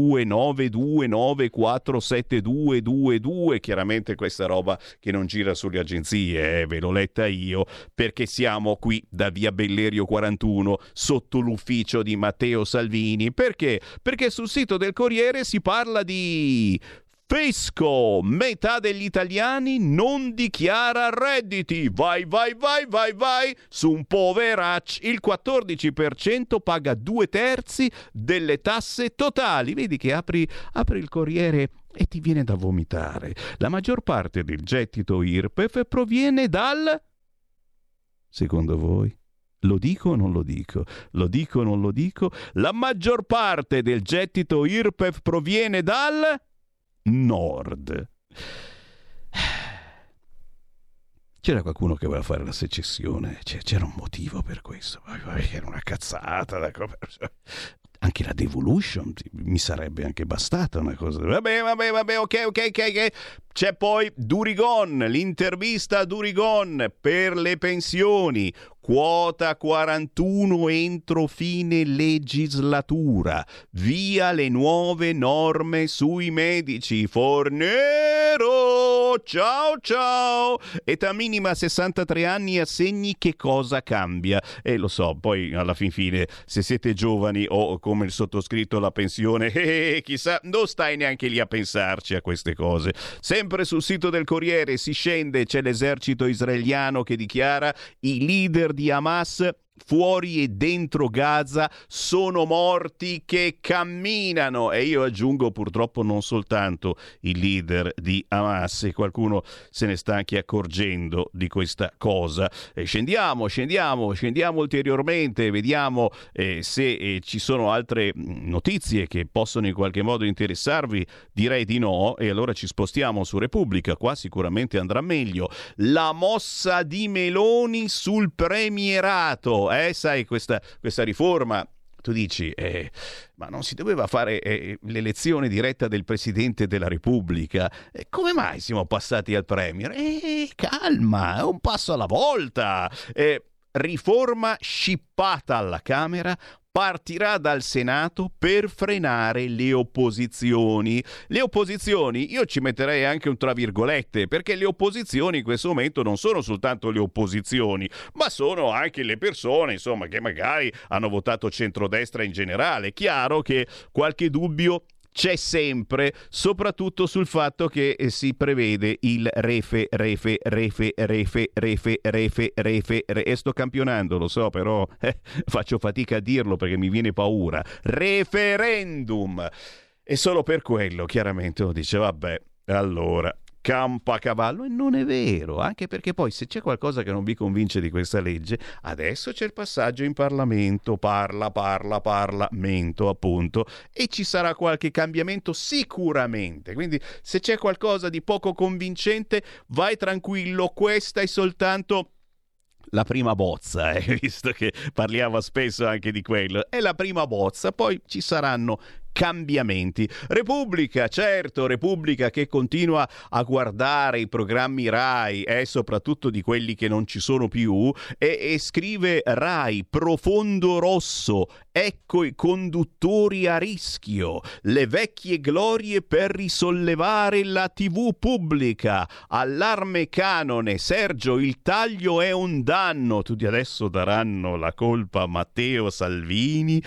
0292947222. Chiaramente questa roba che non gira sulle agenzie, ve l'ho letta io, perché siamo qui da via Bellerio 41 sotto l'ufficio di Matteo Salvini. Perché? Perché sul sito del Corriere si parla di fisco, metà degli italiani non dichiara redditi, vai, su un poveraccio, il 14% paga 2/3 delle tasse totali. Vedi che apri il Corriere e ti viene da vomitare. La maggior parte del gettito IRPEF proviene dal... Secondo voi? Lo dico o non lo dico? Lo dico o non lo dico? La maggior parte del gettito IRPEF proviene dal... Nord. C'era qualcuno che voleva fare la secessione, c'era un motivo per questo, era una cazzata, anche la devolution mi sarebbe anche bastata una cosa. Vabbè, ok. C'è poi Durigon, l'intervista a Durigon per le pensioni. Quota 41 entro fine legislatura. Via le nuove norme sui medici. Fornero, ciao ciao. Età minima 63 anni, assegni, che cosa cambia? Lo so, poi alla fin fine, se siete giovani o come il sottoscritto la pensione, chissà, non stai neanche lì a pensarci a queste cose. Sempre sul sito del Corriere si scende, c'è l'esercito israeliano che dichiara: i leader di Hamas fuori e dentro Gaza sono morti che camminano. E io aggiungo, purtroppo non soltanto il leader di Hamas, e qualcuno se ne sta anche accorgendo di questa cosa. Scendiamo ulteriormente, vediamo se ci sono altre notizie che possono in qualche modo interessarvi. Direi di no, e allora ci spostiamo su Repubblica. Qua sicuramente andrà meglio. La mossa di Meloni sul premierato. Sai, questa riforma, tu dici, ma non si doveva fare l'elezione diretta del Presidente della Repubblica? Come mai siamo passati al Premier? Calma, è un passo alla volta. Riforma scippata alla Camera, partirà dal Senato per frenare le opposizioni. Le opposizioni, io ci metterei anche un tra virgolette, perché le opposizioni in questo momento non sono soltanto le opposizioni, ma sono anche le persone, insomma, che magari hanno votato centrodestra in generale. Chiaro che qualche dubbio c'è sempre, soprattutto sul fatto che si prevede il refe, e sto campionando, lo so, però faccio fatica a dirlo perché mi viene paura. Referendum. E solo per quello, chiaramente, uno dice, vabbè, allora campa a cavallo. E non è vero, anche perché poi se c'è qualcosa che non vi convince di questa legge, adesso c'è il passaggio in Parlamento, Parlamento appunto, e ci sarà qualche cambiamento sicuramente. Quindi se c'è qualcosa di poco convincente, vai tranquillo, questa è soltanto la prima bozza, visto che parliamo spesso anche di quello, è la prima bozza, poi ci saranno cambiamenti. Repubblica, certo, Repubblica che continua a guardare i programmi Rai, soprattutto di quelli che non ci sono più, e scrive: Rai, profondo rosso, ecco i conduttori a rischio, le vecchie glorie per risollevare la TV pubblica, allarme canone, Sergio, il taglio è un danno. Tutti adesso daranno la colpa a Matteo Salvini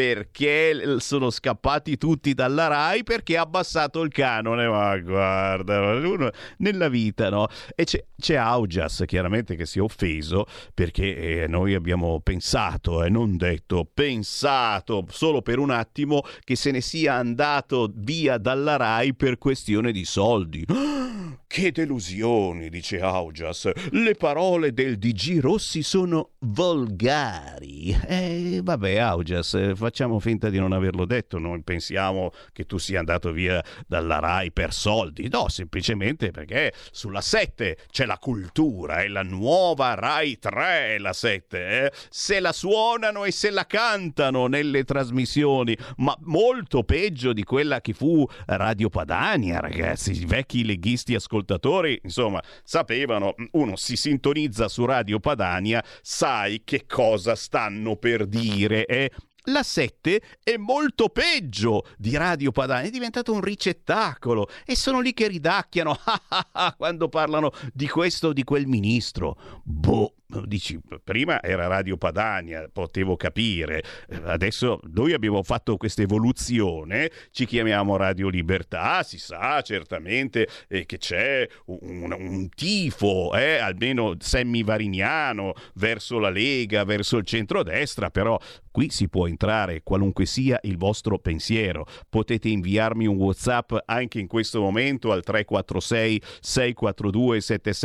perché sono scappati tutti dalla Rai perché ha abbassato il canone. Ma guarda, uno nella vita, no? E c'è Augias chiaramente che si è offeso perché noi abbiamo pensato, non detto, pensato solo per un attimo che se ne sia andato via dalla Rai per questione di soldi. Che delusioni, dice Augias, le parole del DG Rossi sono volgari. Vabbè, Augias, facciamo finta di non averlo detto, noi pensiamo che tu sia andato via dalla Rai per soldi, no, semplicemente perché sulla 7 c'è la cultura, è la nuova Rai 3, la 7, se la suonano e se la cantano nelle trasmissioni, ma molto peggio di quella che fu Radio Padania, ragazzi. I vecchi leghisti ascoltatori, insomma, sapevano, uno si sintonizza su Radio Padania, sai che cosa stanno per dire, La 7 è molto peggio di Radio Padania, è diventato un ricettacolo e sono lì che ridacchiano quando parlano di questo o di quel ministro. Boh, dici, prima era Radio Padania, potevo capire, adesso noi abbiamo fatto questa evoluzione, ci chiamiamo Radio Libertà, si sa certamente che c'è un tifo, almeno semi-variniano, verso la Lega, verso il centrodestra, però qui si può entrare qualunque sia il vostro pensiero. Potete inviarmi un WhatsApp anche in questo momento al 346 642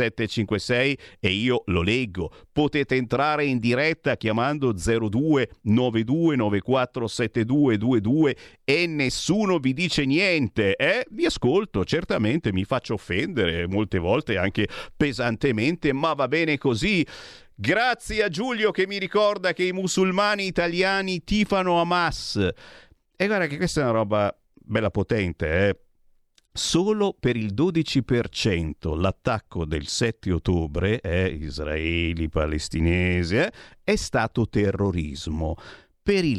7756 e io lo leggo. Potete entrare in diretta chiamando 02 92 94 7222 e nessuno vi dice niente. Vi ascolto, certamente mi faccio offendere molte volte anche pesantemente, ma va bene così. Grazie a Giulio che mi ricorda che i musulmani italiani tifano Hamas. E guarda che questa è una roba bella potente, Solo per il 12% l'attacco del 7 ottobre, israeli, palestinesi, è stato terrorismo. Per il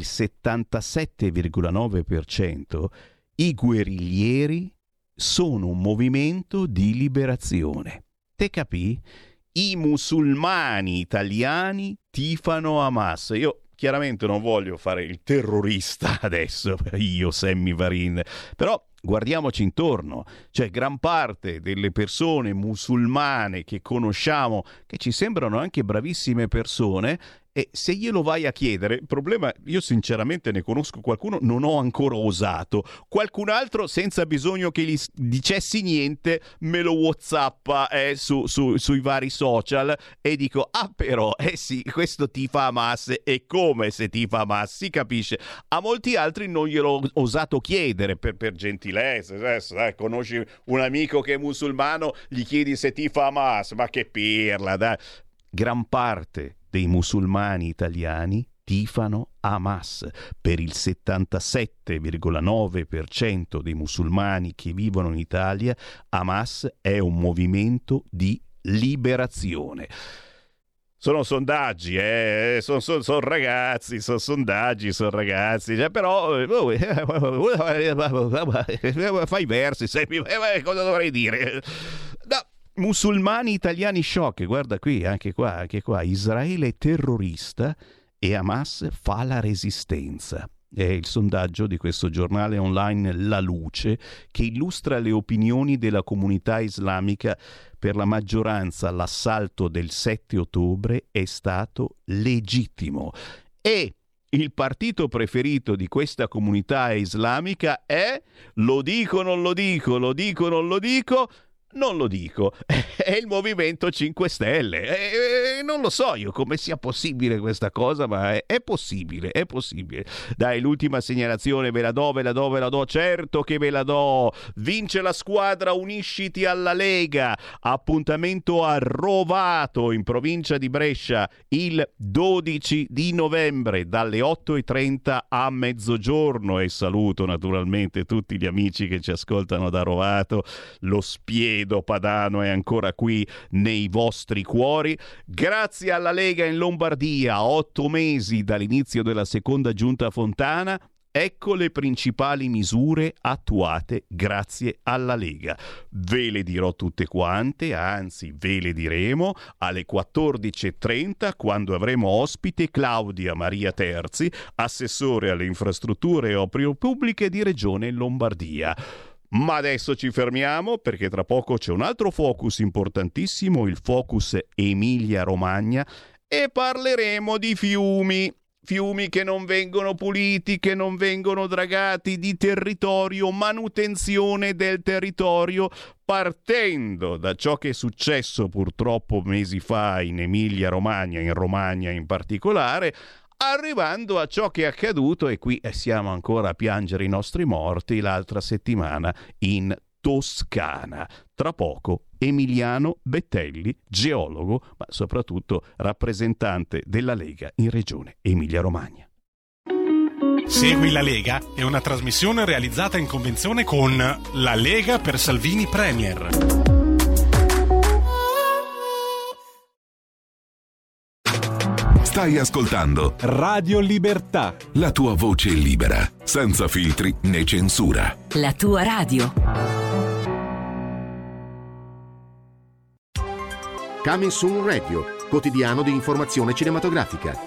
77,9% i guerriglieri sono un movimento di liberazione. Te capì? I musulmani italiani tifano Hamas. Io chiaramente non voglio fare il terrorista adesso, io Sammy Varin, però guardiamoci intorno, cioè gran parte delle persone musulmane che conosciamo, che ci sembrano anche bravissime persone, e se glielo vai a chiedere, il problema, io sinceramente ne conosco qualcuno, non ho ancora osato, qualcun altro senza bisogno che gli dicessi niente me lo whatsappa sui vari social e dico, però, sì, questo tifa Hamas, e come se tifa Hamas, si capisce. A molti altri non glielo ho osato chiedere per gentilezza, conosci un amico che è musulmano, gli chiedi se tifa Hamas, ma che pirla, dai. Gran parte dei musulmani italiani tifano Hamas. Per il 77,9% dei musulmani che vivono in Italia, Hamas è un movimento di liberazione. Sono sondaggi, sono ragazzi, sono sondaggi, sono ragazzi, però fai versi, cosa dovrei dire? No. Musulmani italiani shock, guarda qui, anche qua, Israele è terrorista e Hamas fa la resistenza. È il sondaggio di questo giornale online La Luce, che illustra le opinioni della comunità islamica. Per la maggioranza l'assalto del 7 ottobre è stato legittimo. E il partito preferito di questa comunità islamica è, lo dico, non lo dico, lo dico, non lo dico, non lo dico, è il Movimento 5 Stelle. Non lo so io come sia possibile questa cosa, ma è possibile, è possibile. Dai, l'ultima segnalazione ve la do, certo che ve la do. Vince la squadra Unisciti alla Lega, appuntamento a Rovato in provincia di Brescia il 12 di novembre dalle 8:30 a mezzogiorno, e saluto naturalmente tutti gli amici che ci ascoltano da Rovato. Lo spiedo padano è ancora qui nei vostri cuori. Grazie alla Lega in Lombardia, 8 mesi dall'inizio della seconda giunta Fontana. Ecco le principali misure attuate grazie alla Lega. Ve le dirò tutte quante, anzi ve le diremo alle 14:30 quando avremo ospite Claudia Maria Terzi, assessore alle infrastrutture e opere pubbliche di Regione Lombardia. Ma adesso ci fermiamo perché tra poco c'è un altro focus importantissimo, il focus Emilia-Romagna, e parleremo di fiumi che non vengono puliti, che non vengono dragati, di territorio, manutenzione del territorio, partendo da ciò che è successo purtroppo mesi fa in Emilia-Romagna, in Romagna in particolare, arrivando a ciò che è accaduto, e qui siamo ancora a piangere i nostri morti, l'altra settimana in Toscana. Tra poco Emiliano Bettelli, geologo, ma soprattutto rappresentante della Lega in Regione Emilia-Romagna. Segui la Lega è una trasmissione realizzata in convenzione con La Lega per Salvini Premier. Stai ascoltando Radio Libertà, la tua voce libera, senza filtri né censura. La tua radio. Coming Soon Radio, quotidiano di informazione cinematografica.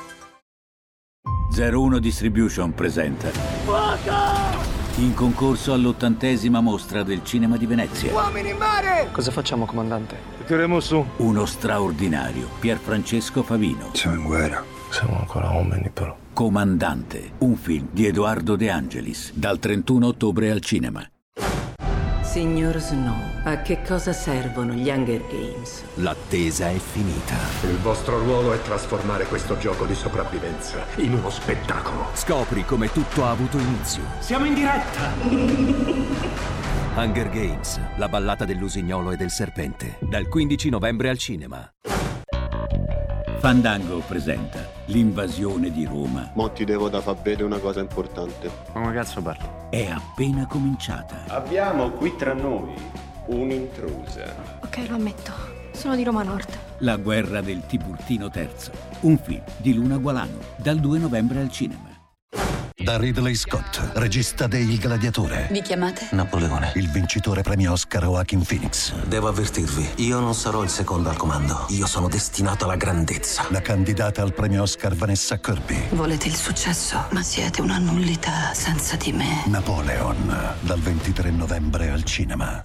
01 Distribution presenta in concorso all'80ª mostra del cinema di Venezia. Uomini in mare! Cosa facciamo, comandante? Tireremo su. Uno straordinario Pierfrancesco Favino. Siamo in guerra. Siamo ancora uomini, però. Comandante, un film di Edoardo De Angelis, dal 31 ottobre al cinema. Signor Snow, a che cosa servono gli Hunger Games? L'attesa è finita. Il vostro ruolo è trasformare questo gioco di sopravvivenza in uno spettacolo. Scopri come tutto ha avuto inizio. Siamo in diretta! Hunger Games, la ballata dell'usignolo e del serpente. Dal 15 novembre al cinema. Fandango presenta l'invasione di Roma. Mo ti devo da far vedere una cosa importante. Ma come cazzo parli? È appena cominciata. Abbiamo qui tra noi un'intrusa. Ok, lo ammetto. Sono di Roma Nord. La guerra del Tiburtino III. Un film di Luna Gualano, dal 2 novembre al cinema. Da Ridley Scott, regista de Il Gladiatore. Vi chiamate? Napoleone. Il vincitore premio Oscar Joaquin Phoenix. Devo avvertirvi, io non sarò il secondo al comando. Io sono destinato alla grandezza. La candidata al premio Oscar Vanessa Kirby. Volete il successo, ma siete una nullità senza di me. Napoleon, dal 23 novembre al cinema.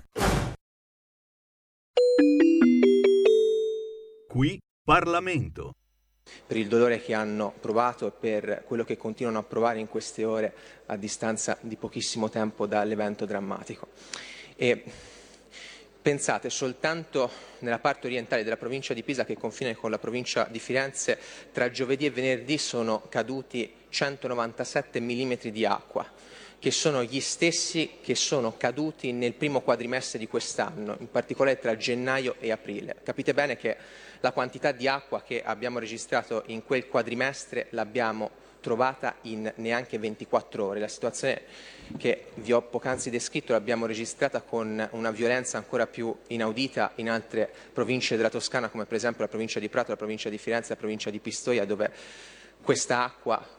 Qui Parlamento. Per il dolore che hanno provato e per quello che continuano a provare in queste ore a distanza di pochissimo tempo dall'evento drammatico. E pensate, soltanto nella parte orientale della provincia di Pisa, che confina con la provincia di Firenze, tra giovedì e venerdì sono caduti 197 mm di acqua, che sono gli stessi che sono caduti nel primo quadrimestre di quest'anno, in particolare tra gennaio e aprile. Capite bene che la quantità di acqua che abbiamo registrato in quel quadrimestre l'abbiamo trovata in neanche 24 ore. La situazione che vi ho poc'anzi descritto l'abbiamo registrata con una violenza ancora più inaudita in altre province della Toscana, come per esempio la provincia di Prato, la provincia di Firenze, la provincia di Pistoia, dove questa acqua,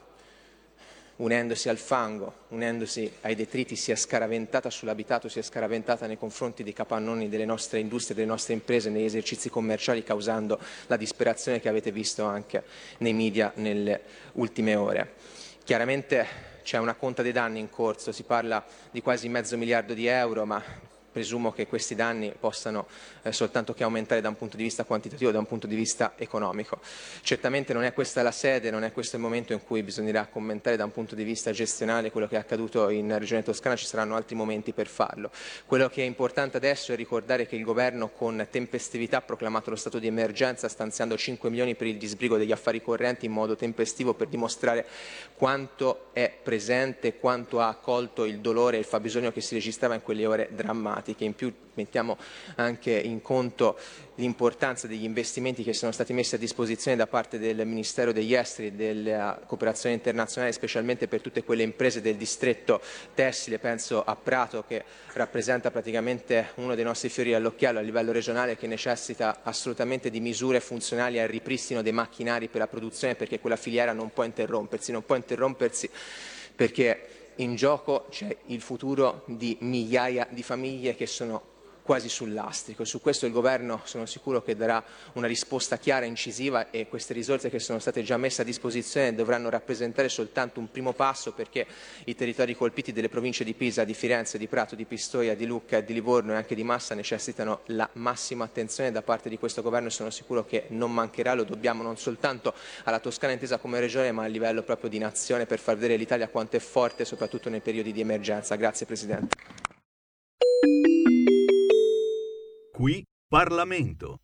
unendosi al fango, unendosi ai detriti, si è scaraventata sull'abitato, si è scaraventata nei confronti dei capannoni delle nostre industrie, delle nostre imprese, negli esercizi commerciali, causando la disperazione che avete visto anche nei media nelle ultime ore. Chiaramente c'è una conta dei danni in corso, si parla di quasi $500 miliardi, ma presumo che questi danni possano soltanto che aumentare da un punto di vista quantitativo, da un punto di vista economico. Certamente non è questa la sede, non è questo il momento in cui bisognerà commentare da un punto di vista gestionale quello che è accaduto in Regione Toscana, ci saranno altri momenti per farlo. Quello che è importante adesso è ricordare che il Governo con tempestività ha proclamato lo stato di emergenza, stanziando 5 milioni per il disbrigo degli affari correnti in modo tempestivo, per dimostrare quanto è presente, quanto ha accolto il dolore e il fabbisogno che si registrava in quelle ore drammatiche. In più mettiamo anche in conto l'importanza degli investimenti che sono stati messi a disposizione da parte del Ministero degli Esteri e della cooperazione internazionale, specialmente per tutte quelle imprese del distretto tessile, penso a Prato, che rappresenta praticamente uno dei nostri fiori all'occhiello a livello regionale, che necessita assolutamente di misure funzionali al ripristino dei macchinari per la produzione, perché quella filiera non può interrompersi perché in gioco c'è il futuro di migliaia di famiglie che sono quasi sul lastrico. Su questo il Governo sono sicuro che darà una risposta chiara e incisiva, e queste risorse che sono state già messe a disposizione dovranno rappresentare soltanto un primo passo, perché i territori colpiti delle province di Pisa, di Firenze, di Prato, di Pistoia, di Lucca, di Livorno e anche di Massa necessitano la massima attenzione da parte di questo Governo, e sono sicuro che non mancherà. Lo dobbiamo non soltanto alla Toscana intesa come regione, ma a livello proprio di nazione, per far vedere l'Italia quanto è forte, soprattutto nei periodi di emergenza. Grazie Presidente. Qui Parlamento.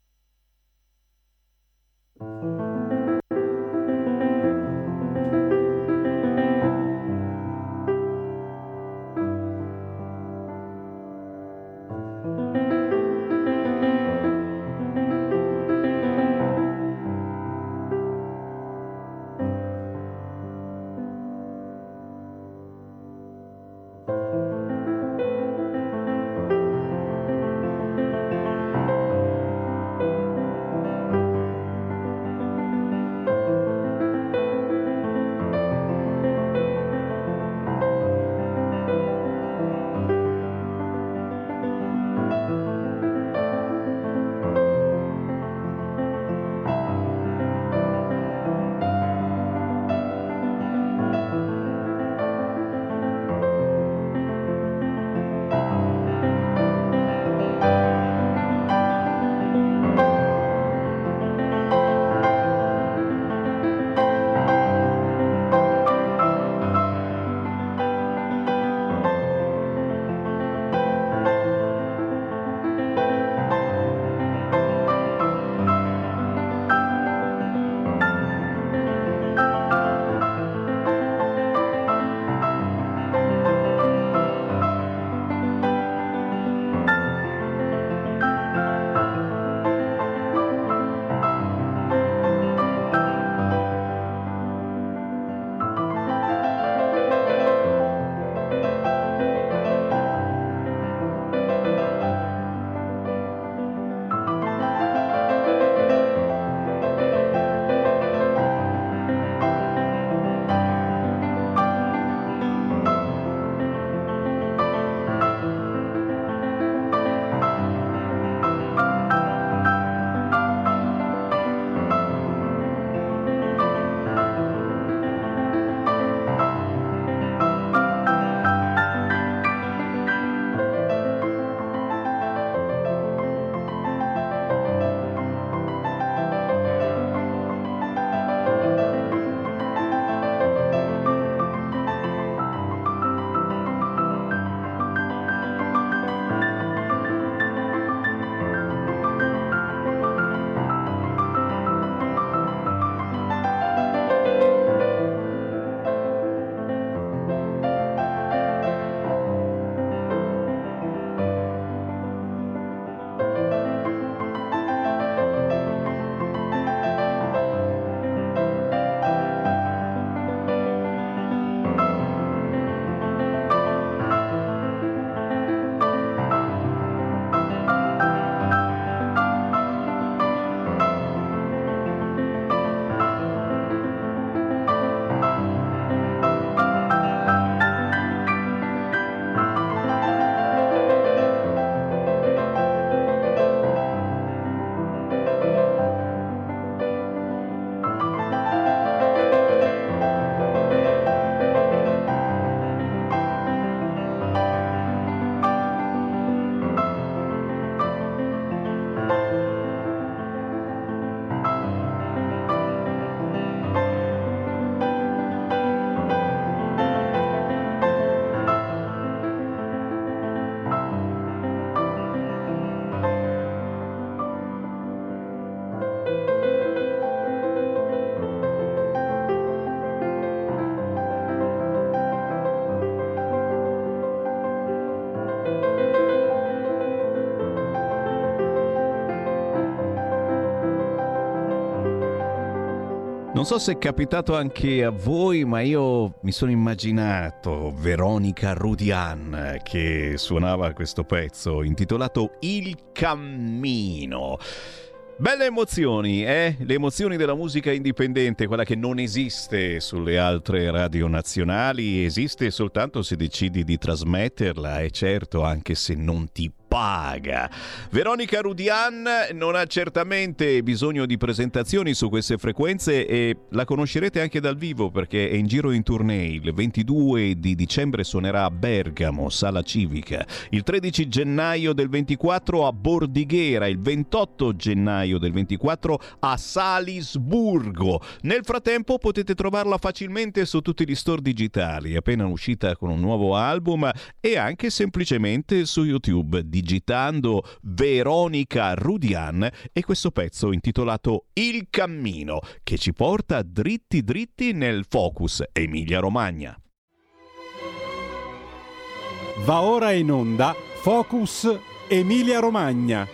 Non so se è capitato anche a voi, ma io mi sono immaginato Veronica Rudian che suonava questo pezzo intitolato Il Cammino. Belle emozioni, le emozioni della musica indipendente, quella che non esiste sulle altre radio nazionali, esiste soltanto se decidi di trasmetterla, e certo anche se non ti paga. Veronica Rudian non ha certamente bisogno di presentazioni su queste frequenze e la conoscerete anche dal vivo perché è in giro in tournée. Il 22 di dicembre suonerà a Bergamo, Sala Civica, il 13 gennaio del 24 a Bordighera, il 28 gennaio del 24 a Salisburgo. Nel frattempo potete trovarla facilmente su tutti gli store digitali, è appena uscita con un nuovo album, e anche semplicemente su YouTube digitando Veronica Rudian e questo pezzo intitolato Il Cammino, che ci porta dritti dritti nel Focus Emilia Romagna. Va ora in onda Focus Emilia Romagna.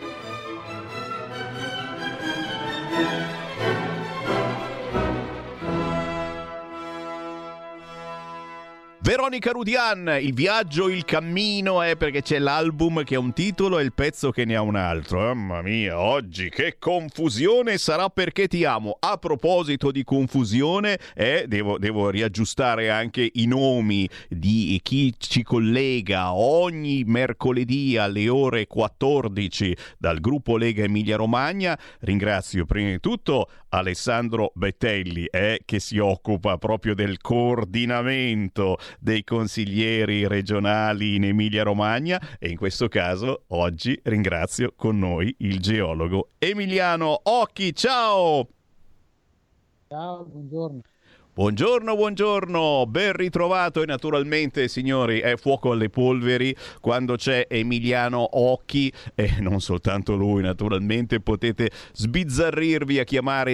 Veronica Rudian, il viaggio, il cammino, perché c'è l'album che ha un titolo e il pezzo che ne ha un altro. Mamma mia, oggi che confusione sarà perché ti amo. A proposito di confusione, devo riaggiustare anche i nomi di chi ci collega ogni mercoledì alle ore 14 dal gruppo Lega Emilia Romagna. Ringrazio prima di tutto Alessandro Bettelli, che si occupa proprio del coordinamento dei consiglieri regionali in Emilia Romagna, e in questo caso oggi ringrazio con noi il geologo Emiliano Occhi. Ciao! Ciao, buongiorno. Buongiorno, ben ritrovato, e naturalmente signori è fuoco alle polveri quando c'è Emiliano Occhi, e non soltanto lui naturalmente. Potete sbizzarrirvi a chiamare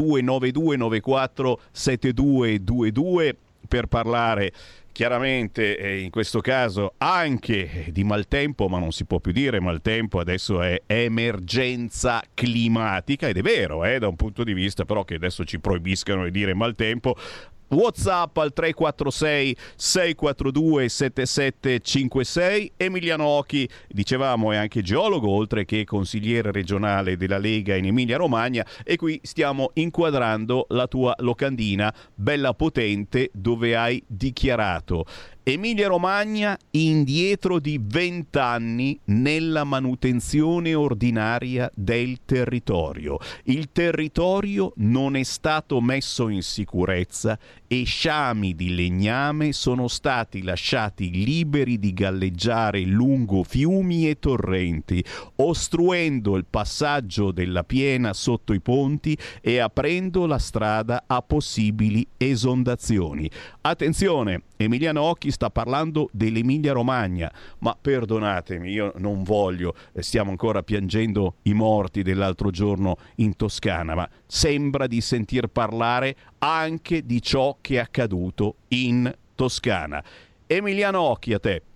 0292947222 per parlare chiaramente in questo caso anche di maltempo, ma non si può più dire maltempo, adesso è emergenza climatica, ed è vero da un punto di vista, però che adesso ci proibiscano di dire maltempo. WhatsApp al 346 642 7756. Emiliano Occhi, dicevamo, è anche geologo oltre che consigliere regionale della Lega in Emilia Romagna, e qui stiamo inquadrando la tua locandina bella potente dove hai dichiarato: Emilia Romagna indietro di 20 anni nella manutenzione ordinaria del territorio. Il territorio non è stato messo in sicurezza e sciami di legname sono stati lasciati liberi di galleggiare lungo fiumi e torrenti, ostruendo il passaggio della piena sotto i ponti e aprendo la strada a possibili esondazioni. Attenzione, Emiliano Occhi sta parlando dell'Emilia Romagna, ma perdonatemi, io non voglio, stiamo ancora piangendo i morti dell'altro giorno in Toscana, ma sembra di sentir parlare anche di ciò che è accaduto in Toscana. Emiliano Occhi, a te.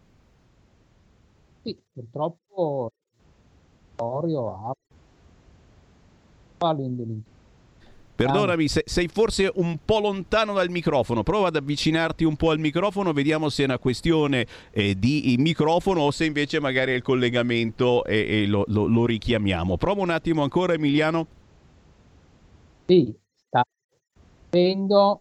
Sì, purtroppo il territorio ha l'indelinquenza. Perdonami, sei forse un po' lontano dal microfono, prova ad avvicinarti un po' al microfono, vediamo se è una questione di microfono o se invece magari è il collegamento e lo richiamiamo. Prova un attimo ancora, Emiliano. Sì, sta vedendo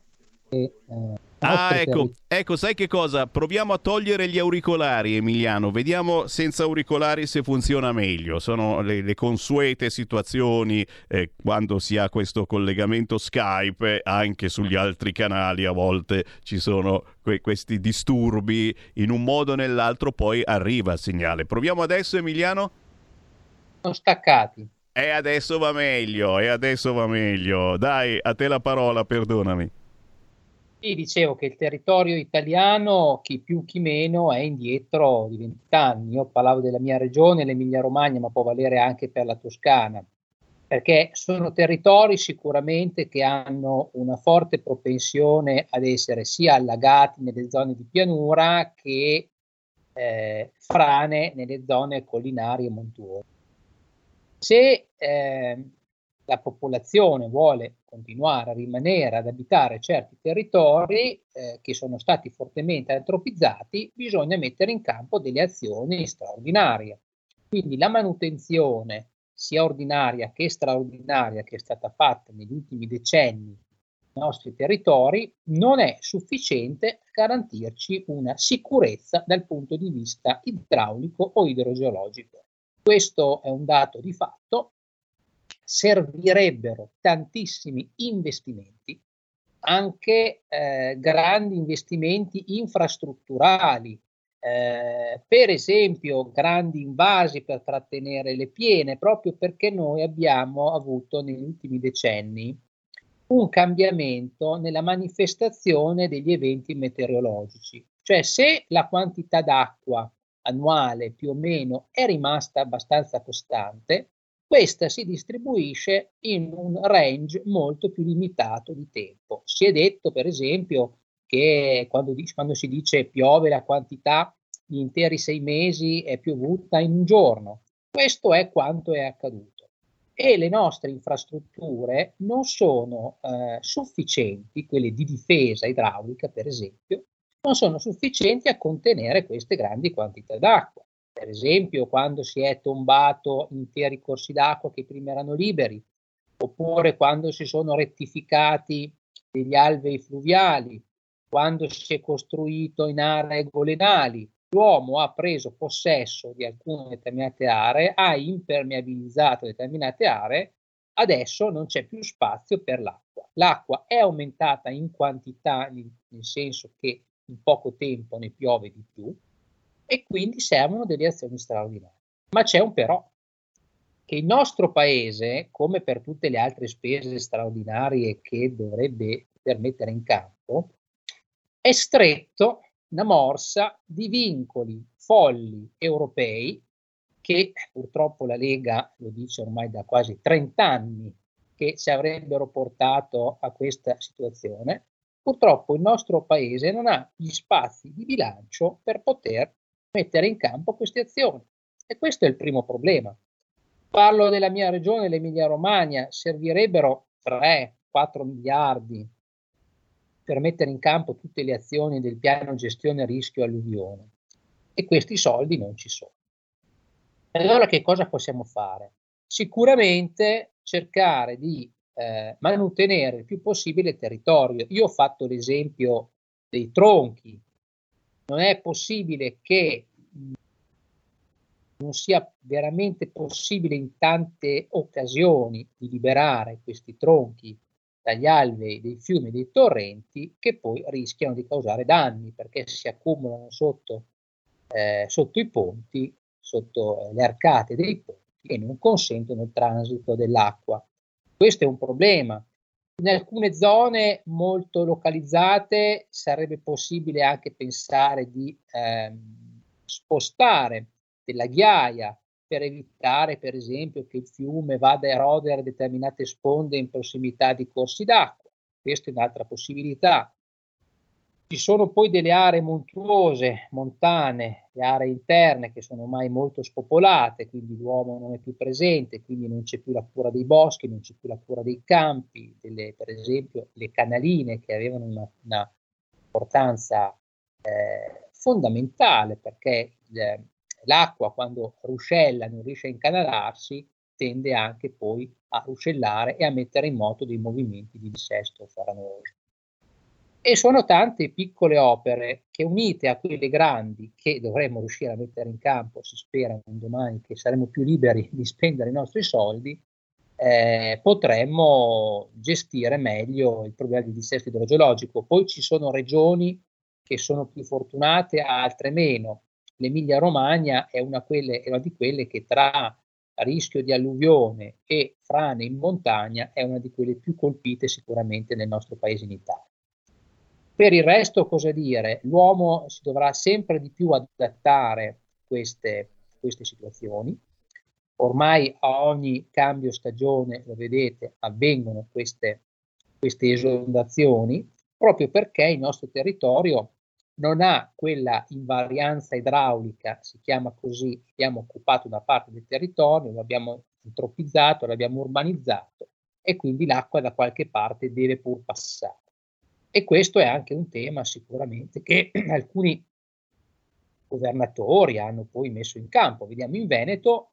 ecco, sai che cosa? Proviamo a togliere gli auricolari, Emiliano, vediamo senza auricolari se funziona meglio. Sono le consuete situazioni quando si ha questo collegamento Skype, anche sugli altri canali a volte ci sono questi disturbi, in un modo o nell'altro poi arriva il segnale. Proviamo adesso, Emiliano? Sono staccati. E adesso va meglio, Dai, a te la parola, perdonami. Sì, dicevo che il territorio italiano, chi più chi meno, è indietro di 20 anni. Io parlavo della mia regione, l'Emilia Romagna, ma può valere anche per la Toscana, perché sono territori sicuramente che hanno una forte propensione ad essere sia allagati nelle zone di pianura che frane nelle zone collinari e montuose. Se la popolazione vuole continuare a rimanere ad abitare certi territori che sono stati fortemente antropizzati, bisogna mettere in campo delle azioni straordinarie. Quindi la manutenzione sia ordinaria che straordinaria che è stata fatta negli ultimi decenni nei nostri territori non è sufficiente a garantirci una sicurezza dal punto di vista idraulico o idrogeologico. Questo è un dato di fatto. Servirebbero tantissimi investimenti, anche grandi investimenti infrastrutturali, per esempio grandi invasi per trattenere le piene, proprio perché noi abbiamo avuto negli ultimi decenni un cambiamento nella manifestazione degli eventi meteorologici. Cioè, se la quantità d'acqua annuale più o meno è rimasta abbastanza costante, questa si distribuisce in un range molto più limitato di tempo. Si è detto, per esempio, che quando si dice piove la quantità di interi 6 mesi è piovuta in un giorno. Questo è quanto è accaduto. E le nostre infrastrutture non sono sufficienti, quelle di difesa idraulica per esempio, non sono sufficienti a contenere queste grandi quantità d'acqua. Per esempio, quando si è tombato interi corsi d'acqua che prima erano liberi, oppure quando si sono rettificati degli alvei fluviali, quando si è costruito in aree golenali, l'uomo ha preso possesso di alcune determinate aree, ha impermeabilizzato determinate aree, adesso non c'è più spazio per l'acqua. L'acqua è aumentata in quantità, nel senso che in poco tempo ne piove di più, e quindi servono delle azioni straordinarie. Ma c'è un però, che il nostro paese, come per tutte le altre spese straordinarie che dovrebbe poter mettere in campo, è stretto una morsa di vincoli folli europei che purtroppo la Lega lo dice ormai da quasi 30 anni che ci avrebbero portato a questa situazione. Purtroppo il nostro paese non ha gli spazi di bilancio per poter mettere in campo queste azioni, e questo è il primo problema. Parlo della mia regione, l'Emilia-Romagna, servirebbero 3-4 miliardi per mettere in campo tutte le azioni del piano gestione rischio alluvione, e questi soldi non ci sono. Allora che cosa possiamo fare? Sicuramente cercare di mantenere il più possibile il territorio. Io ho fatto l'esempio dei tronchi. Non è possibile che non sia veramente possibile in tante occasioni di liberare questi tronchi dagli alvei dei fiumi e dei torrenti, che poi rischiano di causare danni perché si accumulano sotto i ponti, sotto le arcate dei ponti, e non consentono il transito dell'acqua. Questo è un problema. In alcune zone molto localizzate sarebbe possibile anche pensare di spostare della ghiaia per evitare, per esempio, che il fiume vada a erodere determinate sponde in prossimità di corsi d'acqua. Questa è un'altra possibilità. Ci sono poi delle aree montuose, montane, le aree interne che sono ormai molto spopolate, quindi l'uomo non è più presente, quindi non c'è più la cura dei boschi, non c'è più la cura dei campi, per esempio le canaline che avevano una importanza fondamentale, perché l'acqua quando ruscella non riesce a incanalarsi tende anche poi a ruscellare e a mettere in moto dei movimenti di dissesto farraginoso. E sono tante piccole opere che, unite a quelle grandi che dovremmo riuscire a mettere in campo, si spera un domani che saremo più liberi di spendere i nostri soldi, potremmo gestire meglio il problema del dissesto idrogeologico. Poi ci sono regioni che sono più fortunate, altre meno. L'Emilia-Romagna è una di quelle che tra rischio di alluvione e frane in montagna è una di quelle più colpite sicuramente nel nostro paese, in Italia. Per il resto, cosa dire? L'uomo si dovrà sempre di più adattare a queste situazioni. Ormai a ogni cambio stagione, lo vedete, avvengono queste esondazioni, proprio perché il nostro territorio non ha quella invarianza idraulica, si chiama così, abbiamo occupato una parte del territorio, lo abbiamo antropizzato, l'abbiamo urbanizzato, e quindi l'acqua da qualche parte deve pur passare. E questo è anche un tema sicuramente che alcuni governatori hanno poi messo in campo. Vediamo in Veneto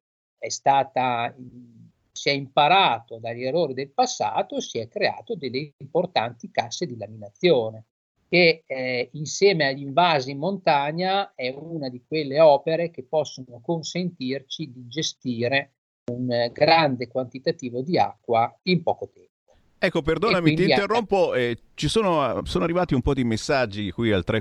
si è imparato dagli errori del passato, si è creato delle importanti casse di laminazione che insieme agli invasi in montagna è una di quelle opere che possono consentirci di gestire un grande quantitativo di acqua in poco tempo. Ecco, perdonami, ti interrompo, ci sono arrivati un po' di messaggi qui al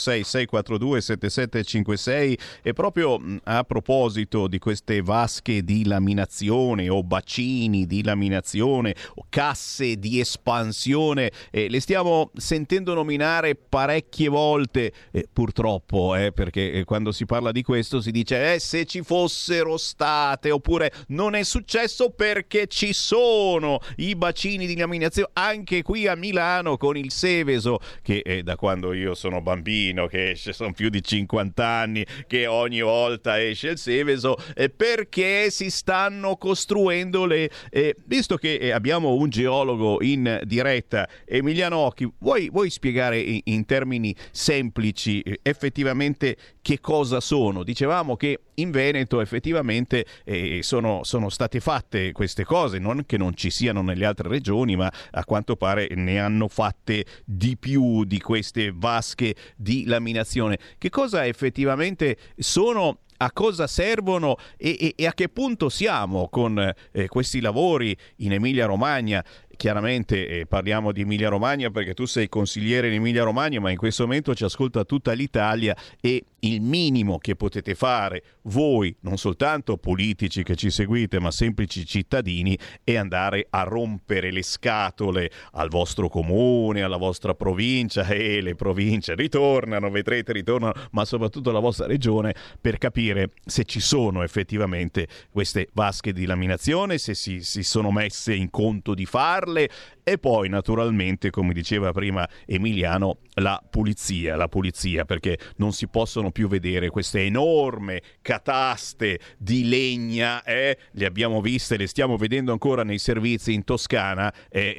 346-642-7756 e proprio a proposito di queste vasche di laminazione o bacini di laminazione o casse di espansione, le stiamo sentendo nominare parecchie volte, purtroppo, perché quando si parla di questo si dice se ci fossero state, oppure non è successo perché ci sono i bacini di laminazione. Anche qui a Milano con il Seveso, che da quando io sono bambino, che esce, sono più di 50 anni che ogni volta esce il Seveso, perché si stanno costruendo visto che abbiamo un geologo in diretta, Emiliano Occhi, vuoi spiegare in termini semplici effettivamente che cosa sono? Dicevamo che in Veneto effettivamente sono state fatte queste cose, non che non ci siano nelle altre regioni, ma a quanto pare ne hanno fatte di più di queste vasche di laminazione. Che cosa effettivamente sono? A cosa servono e a che punto siamo con questi lavori in Emilia-Romagna? Chiaramente parliamo di Emilia-Romagna perché tu sei consigliere in Emilia-Romagna, ma in questo momento ci ascolta tutta l'Italia e il minimo che potete fare voi, non soltanto politici che ci seguite, ma semplici cittadini, è andare a rompere le scatole al vostro comune, alla vostra provincia, e le province ritornano, ma soprattutto la vostra regione, per capire se ci sono effettivamente queste vasche di laminazione, se si sono messe in conto di farle. E poi naturalmente, come diceva prima Emiliano, la pulizia, perché non si possono più vedere queste enormi cataste di legna, le abbiamo viste, le stiamo vedendo ancora nei servizi in Toscana,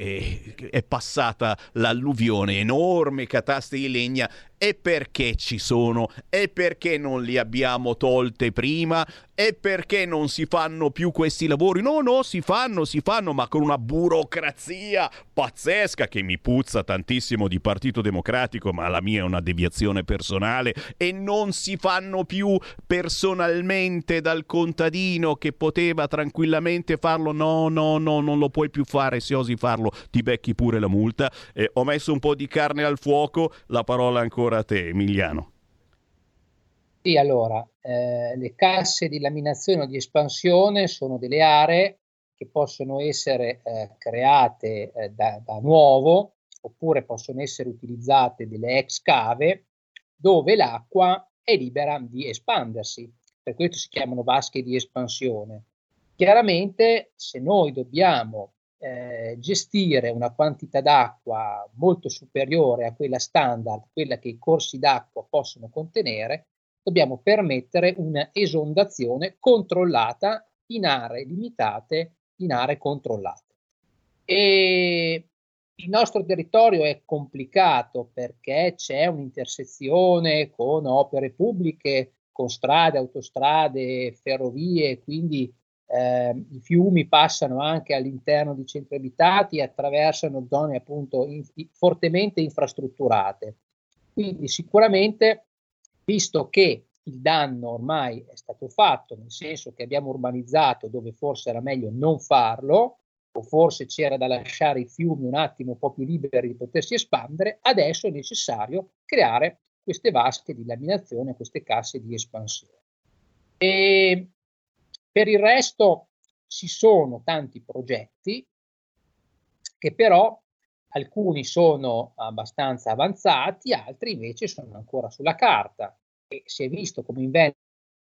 è passata l'alluvione, enormi cataste di legna. E perché ci sono? E perché non li abbiamo tolte prima? E perché non si fanno più questi lavori? No, si fanno, ma con una burocrazia pazzesca che mi puzza tantissimo di Partito Democratico, ma la mia è una deviazione personale, e non si fanno più personalmente dal contadino che poteva tranquillamente farlo. No, non lo puoi più fare, se osi farlo ti becchi pure la multa. Ho messo un po' di carne al fuoco, la parola ancora a te, Emiliano. Sì, allora, le casse di laminazione o di espansione sono delle aree che possono essere create da nuovo, oppure possono essere utilizzate delle ex cave dove l'acqua è libera di espandersi. Per questo si chiamano vasche di espansione. Chiaramente, se noi dobbiamo gestire una quantità d'acqua molto superiore a quella standard, quella che i corsi d'acqua possono contenere, dobbiamo permettere un'esondazione controllata in aree limitate, in aree controllate. E il nostro territorio è complicato perché c'è un'intersezione con opere pubbliche, con strade, autostrade, ferrovie, quindi i fiumi passano anche all'interno di centri abitati e attraversano zone appunto fortemente infrastrutturate. Quindi sicuramente, visto che il danno ormai è stato fatto, nel senso che abbiamo urbanizzato dove forse era meglio non farlo, o forse c'era da lasciare i fiumi un attimo un po' più liberi di potersi espandere, adesso è necessario creare queste vasche di laminazione, queste casse di espansione. E per il resto ci sono tanti progetti che però alcuni sono abbastanza avanzati, altri invece sono ancora sulla carta, e si è visto come in Veneto.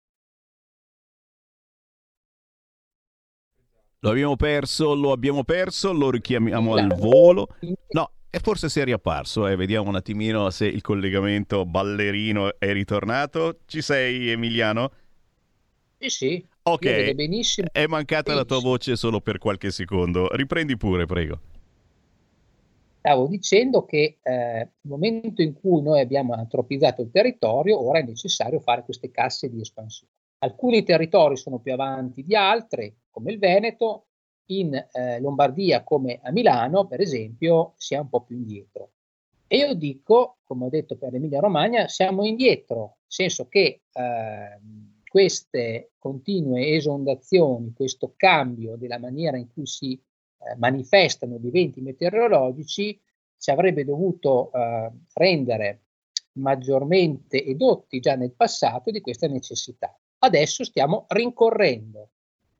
Lo abbiamo perso, lo richiamiamo al volo. No, e forse si è riapparso, vediamo un attimino se il collegamento ballerino è ritornato. Ci sei, Emiliano? Sì. Ok, Io vedo benissimo. è mancata la tua voce solo per qualche secondo. Riprendi pure, prego. Stavo dicendo che nel momento in cui noi abbiamo antropizzato il territorio, ora è necessario fare queste casse di espansione. Alcuni territori sono più avanti di altri, come il Veneto, in Lombardia come a Milano, per esempio, si è un po' più indietro. E io dico, come ho detto per l'Emilia Romagna, siamo indietro, nel senso che queste continue esondazioni, questo cambio della maniera in cui si manifestano gli eventi meteorologici, ci avrebbe dovuto rendere maggiormente edotti già nel passato di questa necessità. Adesso stiamo rincorrendo.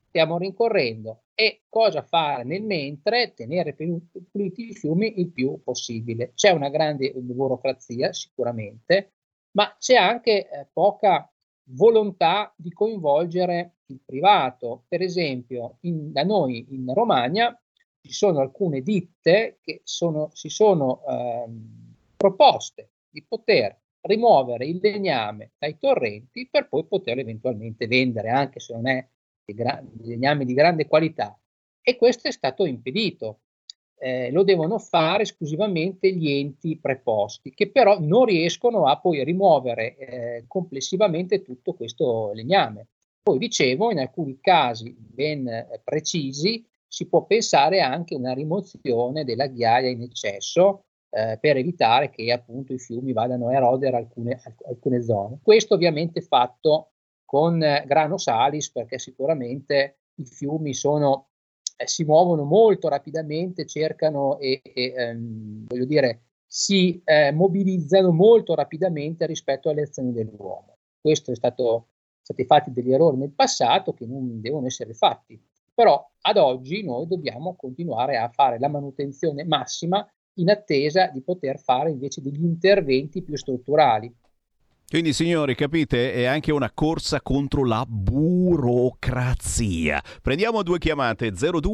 E cosa fare nel mentre? Tenere puliti i fiumi il più possibile. C'è una grande burocrazia sicuramente, ma c'è anche poca volontà di coinvolgere il privato. Per esempio, da noi in Romagna ci sono alcune ditte che si sono proposte di poter rimuovere il legname dai torrenti per poi poterlo eventualmente vendere, anche se non è legname di grande qualità, e questo è stato impedito. Lo devono fare esclusivamente gli enti preposti, che però non riescono a poi rimuovere complessivamente tutto questo legname. Poi dicevo, in alcuni casi ben precisi si può pensare anche a una rimozione della ghiaia in eccesso per evitare che appunto i fiumi vadano a erodere alcune zone. Questo ovviamente fatto con grano salis, perché sicuramente i fiumi si muovono molto rapidamente, cercano voglio dire, si mobilizzano molto rapidamente rispetto alle azioni dell'uomo. Questo stati fatti degli errori nel passato che non devono essere fatti, però ad oggi noi dobbiamo continuare a fare la manutenzione massima in attesa di poter fare invece degli interventi più strutturali. Quindi signori, capite, è anche una corsa contro la burocrazia. Prendiamo due chiamate,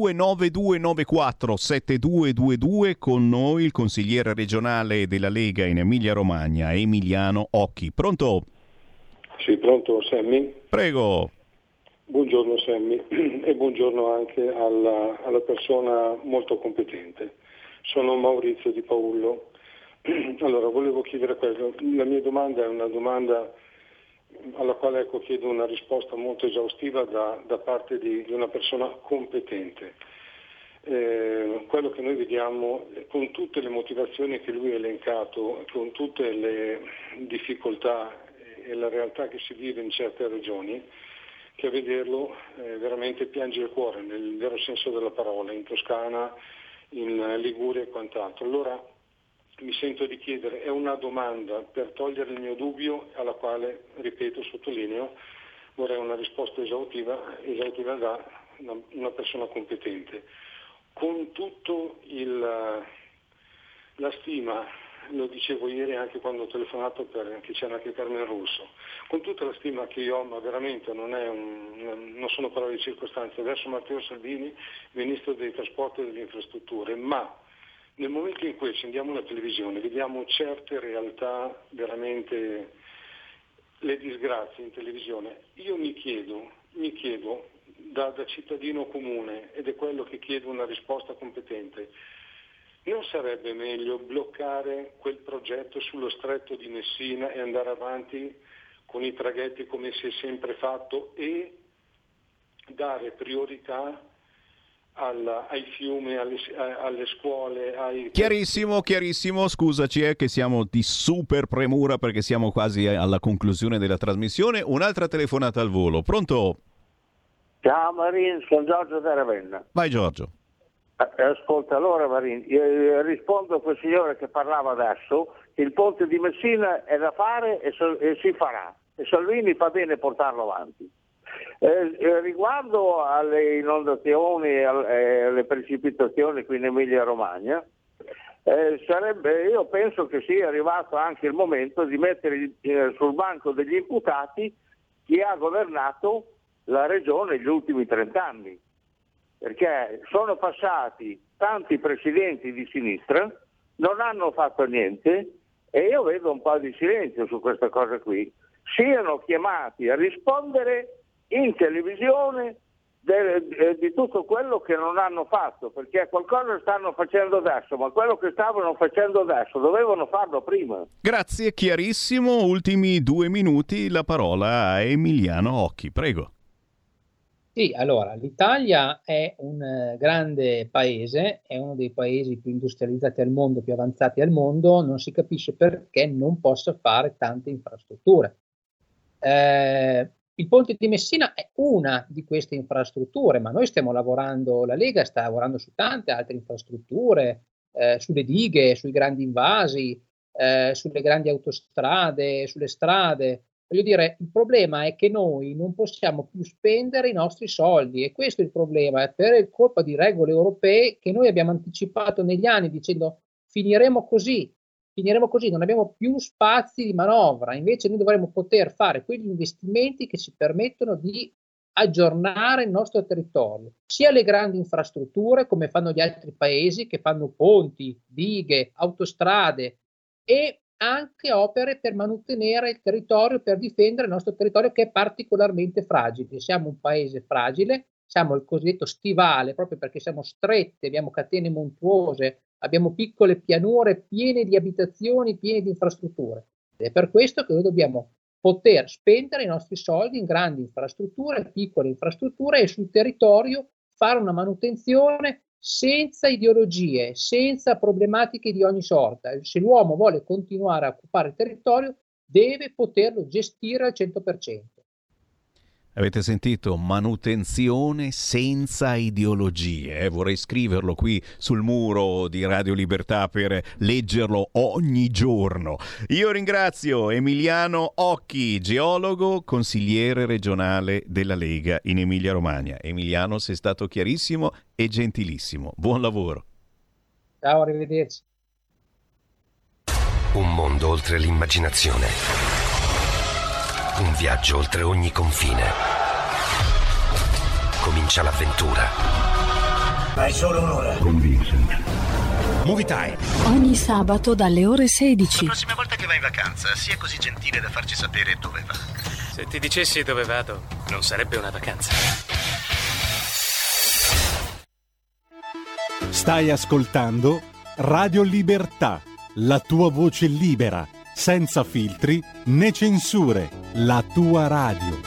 0292947222, con noi il consigliere regionale della Lega in Emilia Romagna, Emiliano Occhi. Pronto? Sì, pronto Sammy? Prego. Buongiorno Sammy e buongiorno anche alla persona molto competente. Sono Maurizio Di Paullo. Allora, volevo chiedere questo. La mia domanda è una domanda alla quale chiedo una risposta molto esaustiva da parte di una persona competente. Quello che noi vediamo, con tutte le motivazioni che lui ha elencato, con tutte le difficoltà e la realtà che si vive in certe regioni, che a vederlo veramente piange il cuore, nel vero senso della parola, in Toscana, in Liguria e quant'altro. Allora, mi sento di chiedere, è una domanda per togliere il mio dubbio, alla quale, ripeto, sottolineo, vorrei una risposta esaustiva da una persona competente. Con tutto la stima, lo dicevo ieri anche quando ho telefonato che c'era anche Carmen Russo, con tutta la stima che io ho, ma veramente non sono parole di circostanza, verso Matteo Salvini, Ministro dei Trasporti e delle Infrastrutture, ma nel momento in cui accendiamo la televisione vediamo certe realtà, veramente le disgrazie in televisione, io mi chiedo da cittadino comune, ed è quello che chiedo una risposta competente, non sarebbe meglio bloccare quel progetto sullo stretto di Messina e andare avanti con i traghetti come si è sempre fatto e dare priorità ai fiumi, alle scuole, Chiarissimo, scusaci che siamo di super premura perché siamo quasi alla conclusione della trasmissione. Un'altra telefonata al volo, pronto? Ciao Marin, sono Giorgio da Ravenna. Vai Giorgio. Ascolta, allora Marin, io rispondo a quel signore che parlava adesso, il ponte di Messina è da fare e si farà, e Salvini fa bene portarlo avanti. Riguardo alle inondazioni e alle precipitazioni qui in Emilia Romagna, io penso che sia arrivato anche il momento di mettere sul banco degli imputati chi ha governato la regione negli ultimi 30 anni, perché sono passati tanti presidenti di sinistra, non hanno fatto niente e io vedo un po' di silenzio su questa cosa qui. Siano chiamati a rispondere in televisione di tutto quello che non hanno fatto, perché qualcosa stanno facendo adesso, ma quello che stavano facendo adesso dovevano farlo prima. Grazie, chiarissimo. Ultimi 2 minuti, la parola a Emiliano Occhi, prego. Sì, allora, l'Italia è un grande paese, è uno dei paesi più industrializzati al mondo, più avanzati al mondo, non si capisce perché non possa fare tante infrastrutture. Il ponte di Messina è una di queste infrastrutture, ma noi stiamo lavorando, la Lega sta lavorando su tante altre infrastrutture, sulle dighe, sui grandi invasi, sulle grandi autostrade, sulle strade. Voglio dire, il problema è che noi non possiamo più spendere i nostri soldi e questo è il problema, è per colpa di regole europee che noi abbiamo anticipato negli anni dicendo finiremo così, non abbiamo più spazi di manovra, invece noi dovremmo poter fare quegli investimenti che ci permettono di aggiornare il nostro territorio, sia le grandi infrastrutture come fanno gli altri paesi che fanno ponti, dighe, autostrade e anche opere per mantenere il territorio, per difendere il nostro territorio che è particolarmente fragile. Siamo un paese fragile, siamo il cosiddetto stivale proprio perché siamo stretti, abbiamo catene montuose, abbiamo piccole pianure piene di abitazioni, piene di infrastrutture. Ed è per questo che noi dobbiamo poter spendere i nostri soldi in grandi infrastrutture, piccole infrastrutture e sul territorio fare una manutenzione senza ideologie, senza problematiche di ogni sorta. Se l'uomo vuole continuare a occupare il territorio, deve poterlo gestire al 100%. Avete sentito? Manutenzione senza ideologie. Vorrei scriverlo qui sul muro di Radio Libertà per leggerlo ogni giorno. Io ringrazio Emiliano Occhi, geologo, consigliere regionale della Lega in Emilia-Romagna. Emiliano, sei stato chiarissimo e gentilissimo. Buon lavoro. Ciao, arrivederci. Un mondo oltre l'immaginazione. Un viaggio oltre ogni confine. Comincia l'avventura. Hai solo un'ora. Con Vincent. Movie Time. Ogni sabato dalle ore 16. La prossima volta che vai in vacanza, sia così gentile da farci sapere dove va. Se ti dicessi dove vado, non sarebbe una vacanza. Stai ascoltando Radio Libertà, la tua voce libera, senza filtri né censure, la tua radio.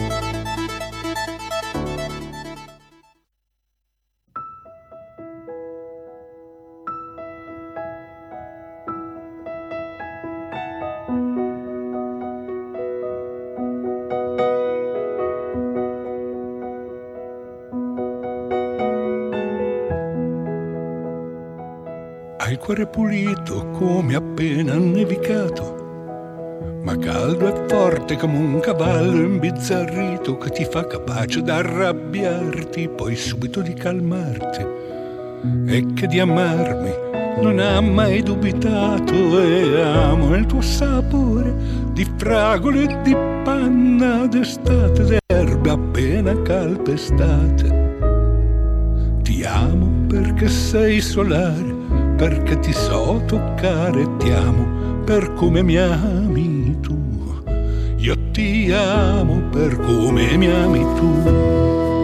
Hai il cuore pulito come appena nevicato, ma caldo e forte come un cavallo imbizzarrito che ti fa capace d'arrabbiarti, poi subito di calmarti, e che di amarmi non ha mai dubitato, e amo il tuo sapore di fragole e di panna d'estate, d'erbe appena calpestate. Ti amo perché sei solare, perché ti so toccare, ti amo per come mi ami tu. Io ti amo per come mi ami tu.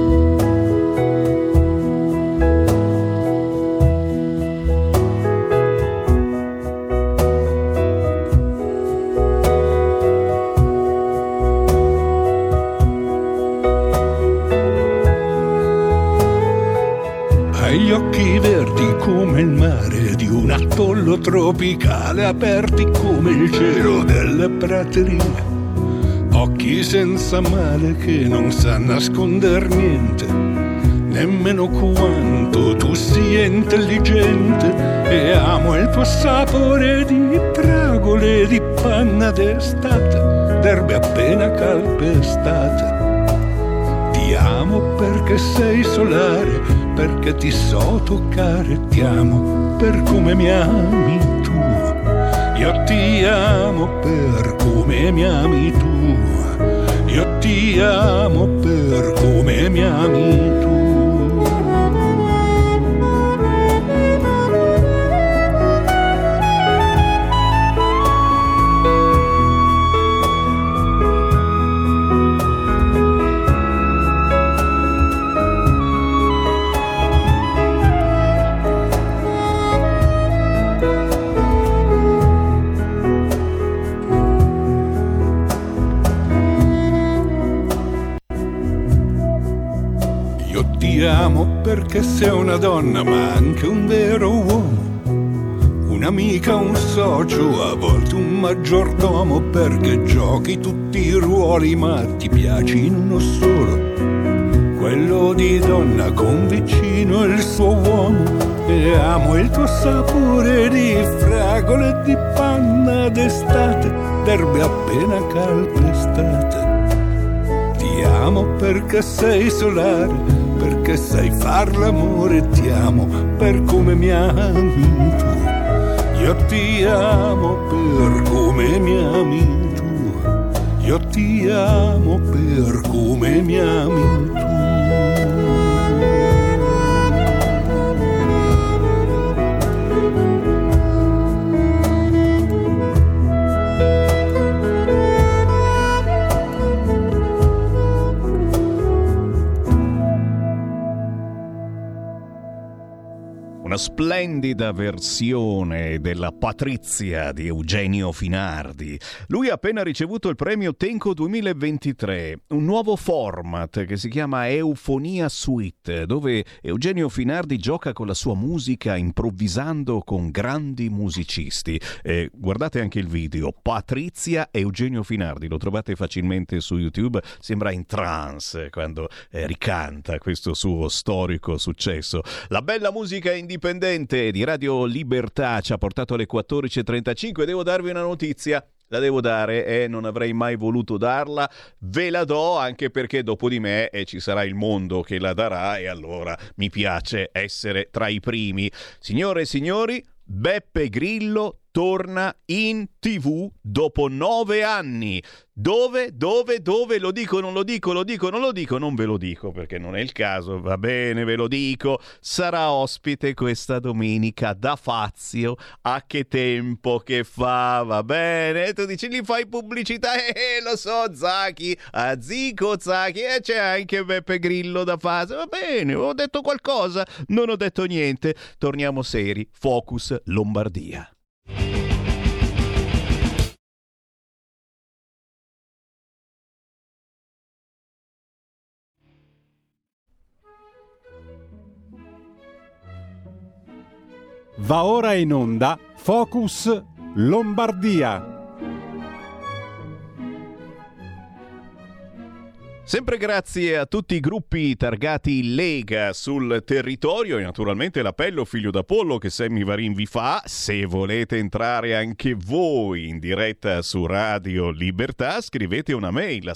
Hai gli occhi verdi come il mare di un atollo tropicale, aperti come il cielo delle praterie, occhi senza male che non sa nasconder niente, nemmeno quanto tu sia intelligente, e amo il tuo sapore di fragole, di panna d'estate, d'erbe appena calpestate. Ti amo perché sei solare, perché ti so toccare, ti amo per come mi ami tu. Io ti amo per come mi ami tu. Io ti amo per come mi ami tu. ti amo perché sei una donna ma anche un vero uomo, un'amica, un socio, a volte un maggiordomo, perché giochi tutti i ruoli ma ti piaci in uno solo, quello di donna con vicino il suo uomo. E amo il tuo sapore di fragole e di panna d'estate, d'erbe appena calpestate. Ti amo perché sei solare, perché sai far l'amore, ti amo per come mi ami tu. Io ti amo per come mi ami tu. Io ti amo per come mi ami tu. Una splendida versione della Patrizia di Eugenio Finardi. Lui ha appena ricevuto il premio Tenco 2023, un nuovo format che si chiama Eufonia Suite, dove Eugenio Finardi gioca con la sua musica improvvisando con grandi musicisti. Guardate anche il video, Patrizia Eugenio Finardi, lo trovate facilmente su YouTube, sembra in trance quando ricanta questo suo storico successo. La bella musica indipendente di Radio Libertà ci ha portato alle 14.35. Devo darvi una notizia, la devo dare e non avrei mai voluto darla, ve la do anche perché dopo di me ci sarà il mondo che la darà e allora mi piace essere tra i primi. Signore e signori, Beppe Grillo torna in TV dopo 9 anni. Dove? Lo dico, non lo dico, non ve lo dico perché non è il caso, va bene, ve lo dico. Sarà ospite questa domenica da Fazio. A che tempo che fa, va bene? Tu dici, gli fai pubblicità? Lo so, Zacchi, a Zico Zacchi, e c'è anche Beppe Grillo da Fazio. Va bene, ho detto qualcosa? Non ho detto niente. Torniamo seri, Focus Lombardia. Va ora in onda Focus Lombardia. Sempre grazie a tutti i gruppi targati Lega sul territorio e naturalmente l'appello Figlio d'Apollo che Sammy Varin vi fa. Se volete entrare anche voi in diretta su Radio Libertà, scrivete una mail a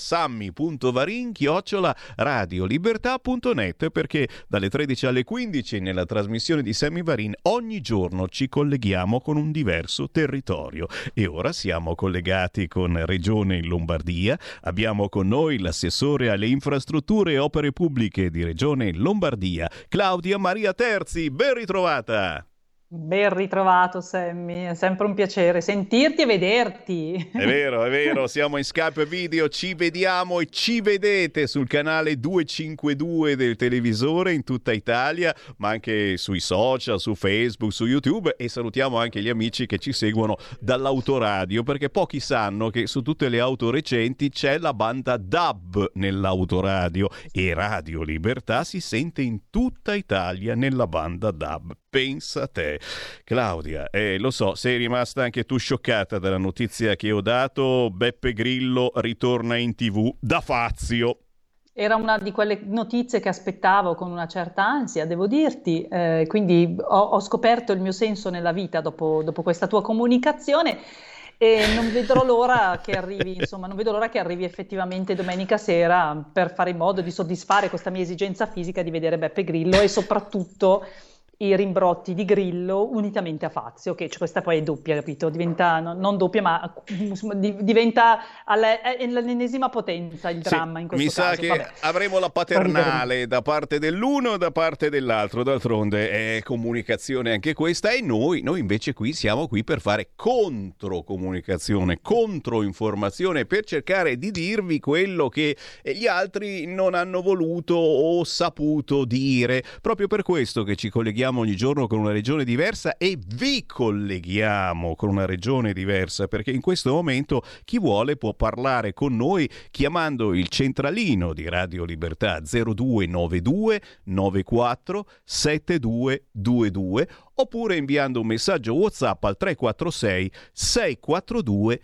sammy.varin@radiolibertà.net, perché dalle 13 alle 15 nella trasmissione di Sammy Varin ogni giorno ci colleghiamo con un diverso territorio. E ora siamo collegati con Regione Lombardia. Abbiamo con noi l'assessore alle infrastrutture e opere pubbliche di Regione Lombardia, Claudia Maria Terzi. Ben ritrovata! Ben ritrovato Sammy, è sempre un piacere sentirti e vederti. È vero, siamo in Skype video, ci vediamo e ci vedete sul canale 252 del televisore in tutta Italia, ma anche sui social, su Facebook, su YouTube, e salutiamo anche gli amici che ci seguono dall'autoradio, perché pochi sanno che su tutte le auto recenti c'è la banda DAB nell'autoradio e Radio Libertà si sente in tutta Italia nella banda DAB. Pensa a te. Claudia, lo so, sei rimasta anche tu scioccata dalla notizia che ho dato. Beppe Grillo ritorna in TV da Fazio. Era una di quelle notizie che aspettavo con una certa ansia, devo dirti, quindi ho scoperto il mio senso nella vita dopo questa tua comunicazione. E non vedo l'ora che arrivi, effettivamente domenica sera per fare in modo di soddisfare questa mia esigenza fisica di vedere Beppe Grillo e soprattutto i rimbrotti di Grillo unitamente a Fazio, che questa poi è doppia, capito? Diventa non doppia, ma diventa all'ennesima potenza il dramma in questo caso. Mi sa che avremo la paternale da parte dell'uno e da parte dell'altro, d'altronde è comunicazione anche questa, e noi invece qui siamo qui per fare controcomunicazione, controinformazione, per cercare di dirvi quello che gli altri non hanno voluto o saputo dire. Proprio per questo che ci colleghiamo colleghiamo ogni giorno con una regione diversa e vi colleghiamo con una regione diversa, perché in questo momento chi vuole può parlare con noi chiamando il centralino di Radio Libertà 0292 94 7222 oppure inviando un messaggio WhatsApp al 346 642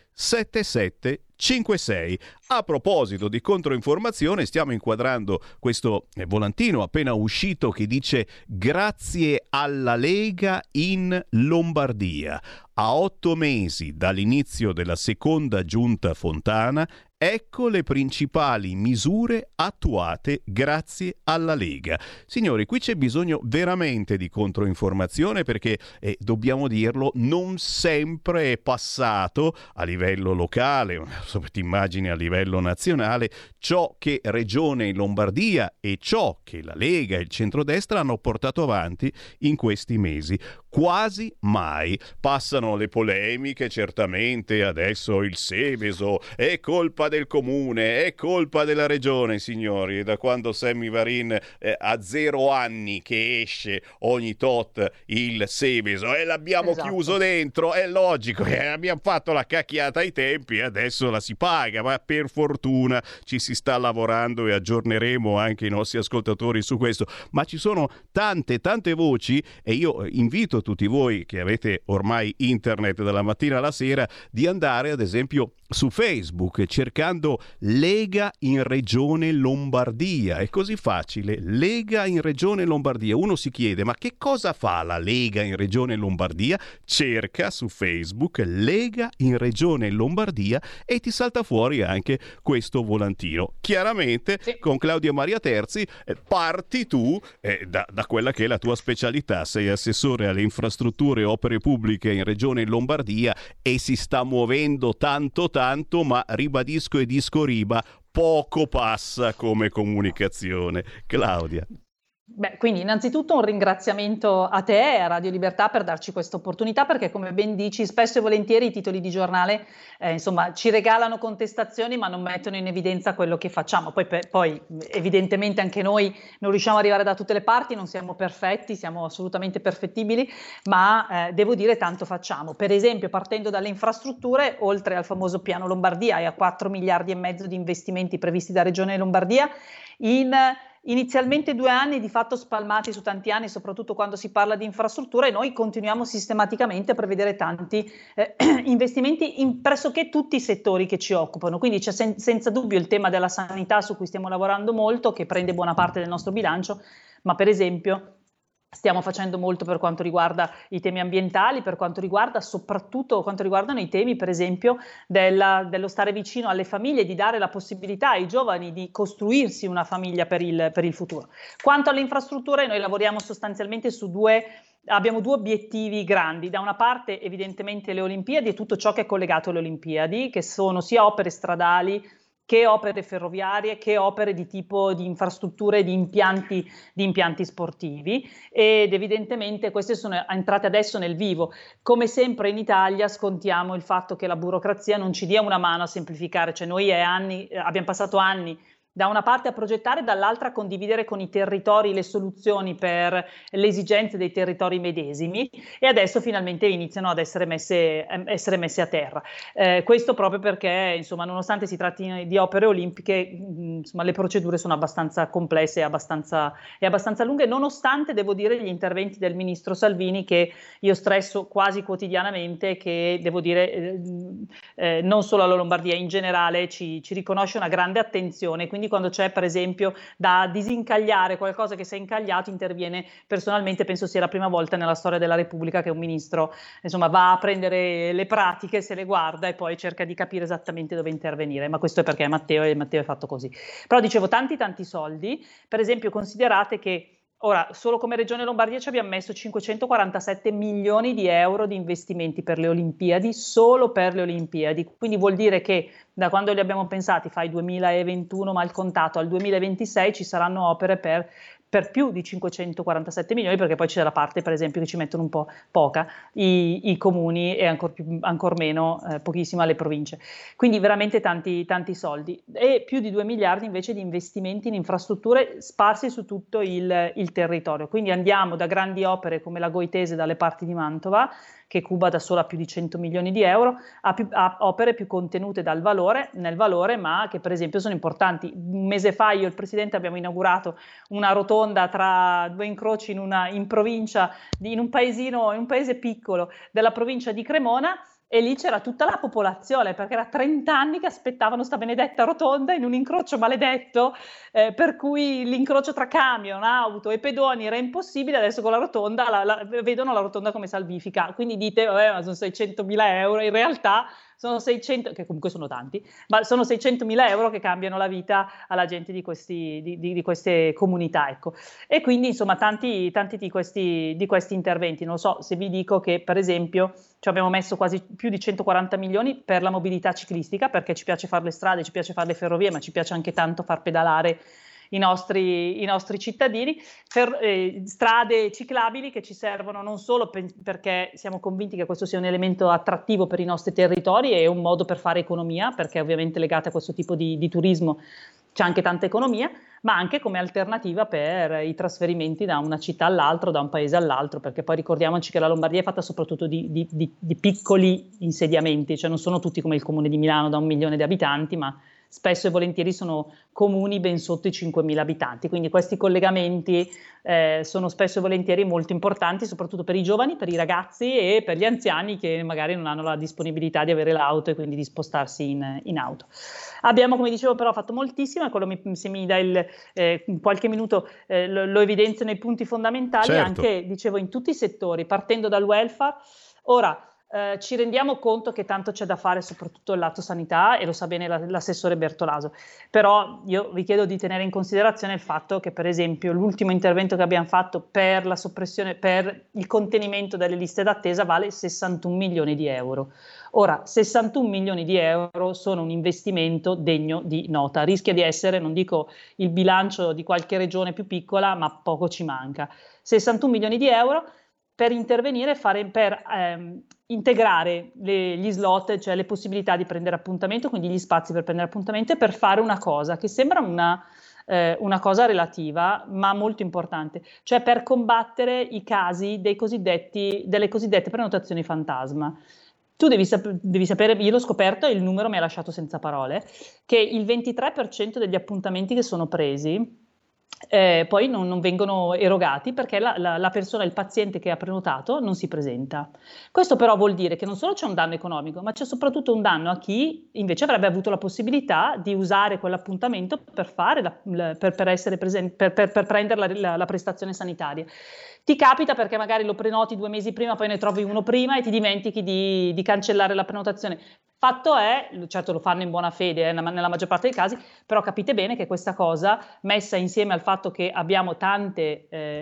7756. A proposito di controinformazione, stiamo inquadrando questo volantino appena uscito che dice: grazie alla Lega in Lombardia. A 8 mesi dall'inizio della seconda giunta Fontana, ecco le principali misure attuate grazie alla Lega. Signori, qui c'è bisogno veramente di controinformazione, perché dobbiamo dirlo, non sempre è passato a livello locale, ti immagini a livello nazionale, ciò che Regione Lombardia e ciò che la Lega e il centrodestra hanno portato avanti in questi mesi. Quasi mai. Passano le polemiche, certamente adesso il Seveso è colpa del comune, è colpa della regione, signori. Da quando Sammy Varin ha 0 anni che esce ogni tot il Seveso e l'abbiamo chiuso dentro, è logico, abbiamo fatto la cacchiata ai tempi, adesso la si paga, ma per fortuna ci si sta lavorando e aggiorneremo anche i nostri ascoltatori su questo. Ma ci sono tante voci e io invito tutti voi che avete ormai internet dalla mattina alla sera di andare ad esempio su Facebook cercando Lega in Regione Lombardia. È così facile, Lega in Regione Lombardia. Uno si chiede: ma che cosa fa la Lega in Regione Lombardia? Cerca su Facebook Lega in Regione Lombardia e ti salta fuori anche questo volantino. Chiaramente con Claudia Maria Terzi parti tu da quella che è la tua specialità. Sei assessore alle infrastrutture e opere pubbliche in Regione Lombardia e si sta muovendo tanto, ma ribadisco e discoriba, poco passa come comunicazione. Claudia. Beh, quindi innanzitutto un ringraziamento a te e a Radio Libertà per darci questa opportunità, perché come ben dici spesso e volentieri i titoli di giornale insomma ci regalano contestazioni ma non mettono in evidenza quello che facciamo. Poi evidentemente anche noi non riusciamo ad arrivare da tutte le parti, non siamo perfetti, siamo assolutamente perfettibili, ma devo dire tanto facciamo. Per esempio, partendo dalle infrastrutture, oltre al famoso piano Lombardia e a 4 miliardi e mezzo di investimenti previsti da Regione Lombardia, in inizialmente 2 anni di fatto spalmati su tanti anni, soprattutto quando si parla di infrastrutture, noi continuiamo sistematicamente a prevedere tanti investimenti in pressoché tutti i settori che ci occupano. Quindi c'è senza dubbio il tema della sanità, su cui stiamo lavorando molto, che prende buona parte del nostro bilancio, ma per esempio stiamo facendo molto per quanto riguarda i temi ambientali, per quanto riguarda soprattutto quanto riguardano i temi, per esempio, dello stare vicino alle famiglie, di dare la possibilità ai giovani di costruirsi una famiglia per il futuro. Quanto alle infrastrutture, noi lavoriamo sostanzialmente abbiamo 2 obiettivi grandi. Da una parte evidentemente le Olimpiadi e tutto ciò che è collegato alle Olimpiadi, che sono sia opere stradali che opere ferroviarie, che opere di tipo di infrastrutture, di impianti sportivi, ed evidentemente queste sono entrate adesso nel vivo. Come sempre in Italia scontiamo il fatto che la burocrazia non ci dia una mano a semplificare, cioè noi abbiamo passato anni da una parte a progettare, dall'altra a condividere con i territori le soluzioni per le esigenze dei territori medesimi, e adesso finalmente iniziano ad essere messe a terra. Questo proprio perché, insomma, nonostante si tratti di opere olimpiche, insomma, le procedure sono abbastanza complesse e abbastanza lunghe, nonostante, devo dire, gli interventi del ministro Salvini, che io stresso quasi quotidianamente, che devo dire non solo alla Lombardia, in generale ci riconosce una grande attenzione. Quindi quando c'è per esempio da disincagliare qualcosa che si è incagliato, interviene personalmente. Penso sia la prima volta nella storia della Repubblica che un ministro, insomma, va a prendere le pratiche, se le guarda e poi cerca di capire esattamente dove intervenire. Ma questo è perché è Matteo, e Matteo è fatto così. Però dicevo, tanti soldi. Per esempio, considerate che ora, solo come Regione Lombardia ci abbiamo messo 547 milioni di euro di investimenti per le Olimpiadi, solo per le Olimpiadi. Quindi vuol dire che da quando li abbiamo pensati, fai 2021 mal contato, al 2026 ci saranno opere per per più di 547 milioni, perché poi c'è la parte per esempio che ci mettono un po' poca i comuni e ancor meno pochissima le province, quindi veramente tanti soldi, e più di 2 miliardi invece di investimenti in infrastrutture sparsi su tutto il territorio, quindi andiamo da grandi opere come la Goitese dalle parti di Mantova, che cuba da sola più di 100 milioni di euro, a opere più contenute nel valore, ma che per esempio sono importanti. Un mese fa io e il Presidente abbiamo inaugurato una rotonda tra due incroci in provincia, in un paese piccolo della provincia di Cremona, e lì c'era tutta la popolazione, perché era 30 anni che aspettavano sta benedetta rotonda in un incrocio maledetto, per cui l'incrocio tra camion, auto e pedoni era impossibile. Adesso con la rotonda vedono la rotonda come salvifica, quindi dite vabbè, ma sono 600.000 euro, in realtà sono 600, che comunque sono tanti, ma sono 600.000 euro che cambiano la vita alla gente di queste comunità, ecco. E quindi insomma tanti di questi interventi. Non so se vi dico che per esempio ci abbiamo messo quasi più di 140 milioni per la mobilità ciclistica, perché ci piace fare le strade, ci piace fare le ferrovie, ma ci piace anche tanto far pedalare i nostri cittadini, strade ciclabili che ci servono non solo perché siamo convinti che questo sia un elemento attrattivo per i nostri territori e un modo per fare economia, perché ovviamente legate a questo tipo di turismo c'è anche tanta economia, ma anche come alternativa per i trasferimenti da una città all'altra, da un paese all'altro, perché poi ricordiamoci che la Lombardia è fatta soprattutto di piccoli insediamenti, cioè non sono tutti come il comune di Milano da 1 milione di abitanti, ma spesso e volentieri sono comuni ben sotto i 5.000 abitanti, quindi questi collegamenti sono spesso e volentieri molto importanti, soprattutto per i giovani, per i ragazzi e per gli anziani che magari non hanno la disponibilità di avere l'auto e quindi di spostarsi in auto. Abbiamo, come dicevo, però fatto moltissimo, e quello se mi dà qualche minuto lo evidenzio nei punti fondamentali, certo. Anche, dicevo, in tutti i settori, partendo dal welfare. Ora, ci rendiamo conto che tanto c'è da fare, soprattutto il lato sanità, e lo sa bene l'assessore Bertolaso, però io vi chiedo di tenere in considerazione il fatto che per esempio l'ultimo intervento che abbiamo fatto per la soppressione, per il contenimento delle liste d'attesa vale 61 milioni di euro. Ora, 61 milioni di euro sono un investimento degno di nota, rischia di essere, non dico il bilancio di qualche regione più piccola, ma poco ci manca. 61 milioni di euro per intervenire, per integrare gli slot, cioè le possibilità di prendere appuntamento, quindi gli spazi per prendere appuntamento, e per fare una cosa che sembra una cosa relativa, ma molto importante, cioè per combattere i casi delle cosiddette prenotazioni fantasma. Tu devi sapere, io l'ho scoperto e il numero mi ha lasciato senza parole, che il 23% degli appuntamenti che sono presi poi non vengono erogati perché la persona, il paziente che ha prenotato non si presenta. Questo però vuol dire che non solo c'è un danno economico, ma c'è soprattutto un danno a chi invece avrebbe avuto la possibilità di usare quell'appuntamento per essere presente, per prendere la prestazione sanitaria. Ti capita perché magari lo prenoti 2 mesi prima, poi ne trovi uno prima e ti dimentichi di cancellare la prenotazione. Fatto è, certo lo fanno in buona fede nella maggior parte dei casi, però capite bene che questa cosa, messa insieme al fatto che abbiamo tante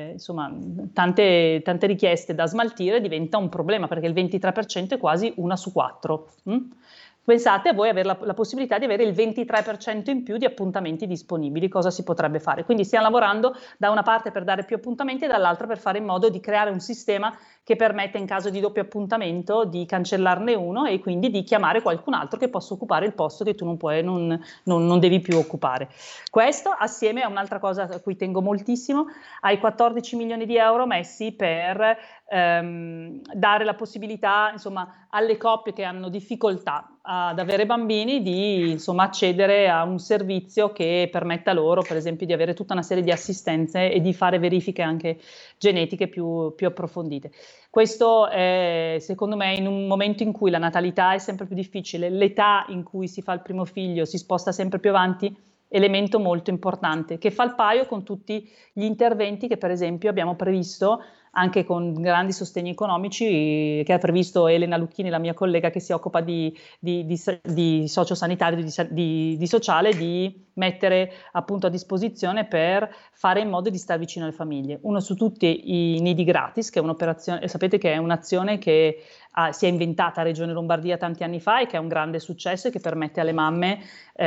richieste da smaltire, diventa un problema, perché il 23% è quasi 1 su 4. Pensate a voi avere la possibilità di avere il 23% in più di appuntamenti disponibili, cosa si potrebbe fare? Quindi stiamo lavorando da una parte per dare più appuntamenti e dall'altra per fare in modo di creare un sistema che permetta in caso di doppio appuntamento di cancellarne uno e quindi di chiamare qualcun altro che possa occupare il posto che tu non devi più occupare. Questo assieme a un'altra cosa a cui tengo moltissimo, ai 14 milioni di euro messi per dare la possibilità, insomma, alle coppie che hanno difficoltà ad avere bambini di, insomma, accedere a un servizio che permetta loro, per esempio, di avere tutta una serie di assistenze e di fare verifiche anche genetiche più approfondite. Questo è, secondo me, in un momento in cui la natalità è sempre più difficile, l'età in cui si fa il primo figlio si sposta sempre più avanti, elemento molto importante che fa il paio con tutti gli interventi che per esempio abbiamo previsto anche con grandi sostegni economici, che ha previsto Elena Lucchini, la mia collega che si occupa di sociosanitario, di sociale, di mettere appunto a disposizione per fare in modo di stare vicino alle famiglie. Uno su tutti i nidi gratis, che è un'operazione, sapete che è un'azione che si è inventata a Regione Lombardia tanti anni fa e che è un grande successo e che permette alle mamme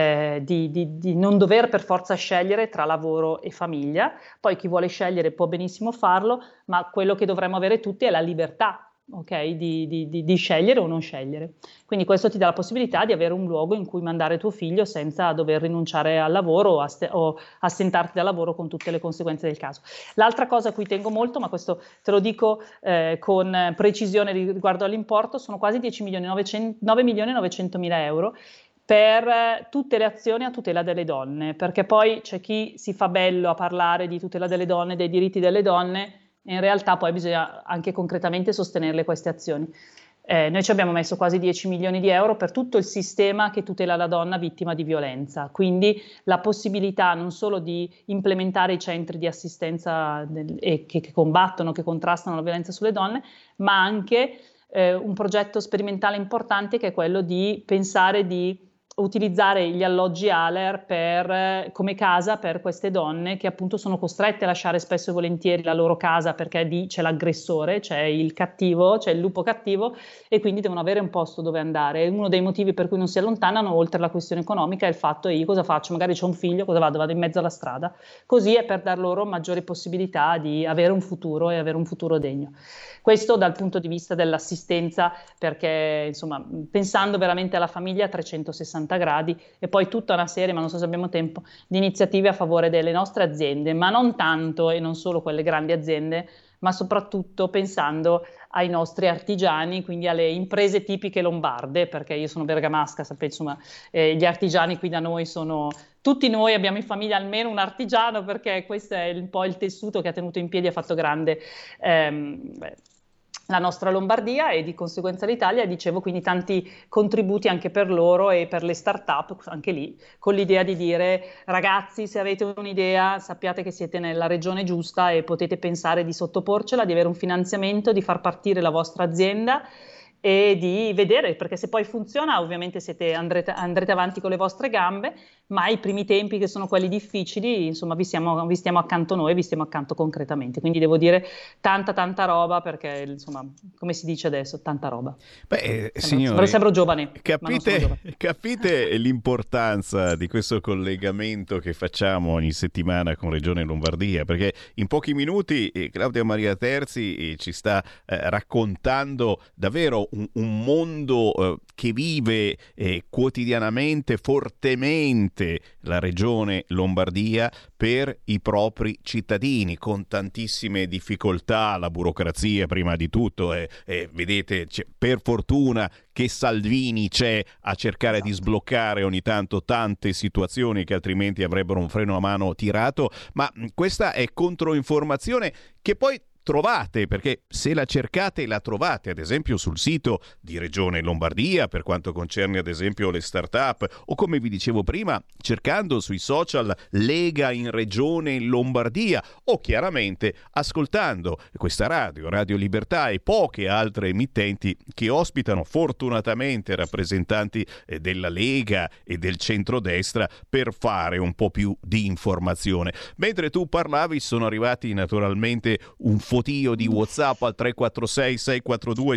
di non dover per forza scegliere tra lavoro e famiglia. Poi chi vuole scegliere può benissimo farlo, ma quello che dovremmo avere tutti è la libertà, ok, di scegliere o non scegliere. Quindi questo ti dà la possibilità di avere un luogo in cui mandare tuo figlio senza dover rinunciare al lavoro o assentarti dal lavoro con tutte le conseguenze del caso. L'altra cosa a cui tengo molto, ma questo te lo dico con precisione riguardo all'importo, sono quasi 9.900.000 euro per tutte le azioni a tutela delle donne, perché poi c'è chi si fa bello a parlare di tutela delle donne, dei diritti delle donne, e in realtà poi bisogna anche concretamente sostenerle queste azioni. Noi ci abbiamo messo quasi 10 milioni di euro per tutto il sistema che tutela la donna vittima di violenza, quindi la possibilità non solo di implementare i centri di assistenza che combattono, che contrastano la violenza sulle donne, ma anche un progetto sperimentale importante che è quello di pensare di utilizzare gli alloggi ALER come casa per queste donne che appunto sono costrette a lasciare spesso e volentieri la loro casa perché lì c'è l'aggressore, c'è il cattivo, c'è il lupo cattivo e quindi devono avere un posto dove andare. Uno dei motivi per cui non si allontanano, oltre alla questione economica, è il fatto io cosa faccio? Magari c'ho un figlio, cosa vado? Vado in mezzo alla strada. Così è per dar loro maggiori possibilità di avere un futuro e avere un futuro degno. Questo dal punto di vista dell'assistenza, perché insomma pensando veramente alla famiglia a 360 gradi e poi tutta una serie, ma non so se abbiamo tempo, di iniziative a favore delle nostre aziende, ma non tanto e non solo quelle grandi aziende, ma soprattutto pensando ai nostri artigiani, quindi alle imprese tipiche lombarde, perché io sono bergamasca, sapete, insomma, gli artigiani qui da noi sono... Tutti noi abbiamo in famiglia almeno un artigiano, perché questo è un po' il tessuto che ha tenuto in piedi e ha fatto grande la nostra Lombardia e di conseguenza l'Italia, dicevo, quindi tanti contributi anche per loro e per le start-up, anche lì, con l'idea di dire ragazzi, se avete un'idea sappiate che siete nella regione giusta e potete pensare di sottoporcela, di avere un finanziamento, di far partire la vostra azienda e di vedere, perché se poi funziona ovviamente andrete avanti con le vostre gambe, ma i primi tempi che sono quelli difficili, insomma vi stiamo accanto noi, vi stiamo accanto concretamente, quindi devo dire tanta roba, perché insomma come si dice adesso, tanta roba. Beh, signori, sembro giovane, capite l'importanza di questo collegamento che facciamo ogni settimana con Regione Lombardia, perché in pochi minuti Claudia Maria Terzi ci sta raccontando davvero un mondo che vive quotidianamente, fortemente la Regione Lombardia per i propri cittadini, con tantissime difficoltà, la burocrazia prima di tutto, vedete, per fortuna che Salvini c'è a cercare di sbloccare ogni tanto tante situazioni che altrimenti avrebbero un freno a mano tirato, ma questa è controinformazione che poi trovate, perché se la cercate la trovate ad esempio sul sito di Regione Lombardia per quanto concerne ad esempio le start-up, o come vi dicevo prima cercando sui social Lega in Regione Lombardia, o chiaramente ascoltando questa Radio Libertà e poche altre emittenti che ospitano fortunatamente rappresentanti della Lega e del centrodestra per fare un po' più di informazione. Mentre tu parlavi sono arrivati naturalmente un fotio di WhatsApp al 346 642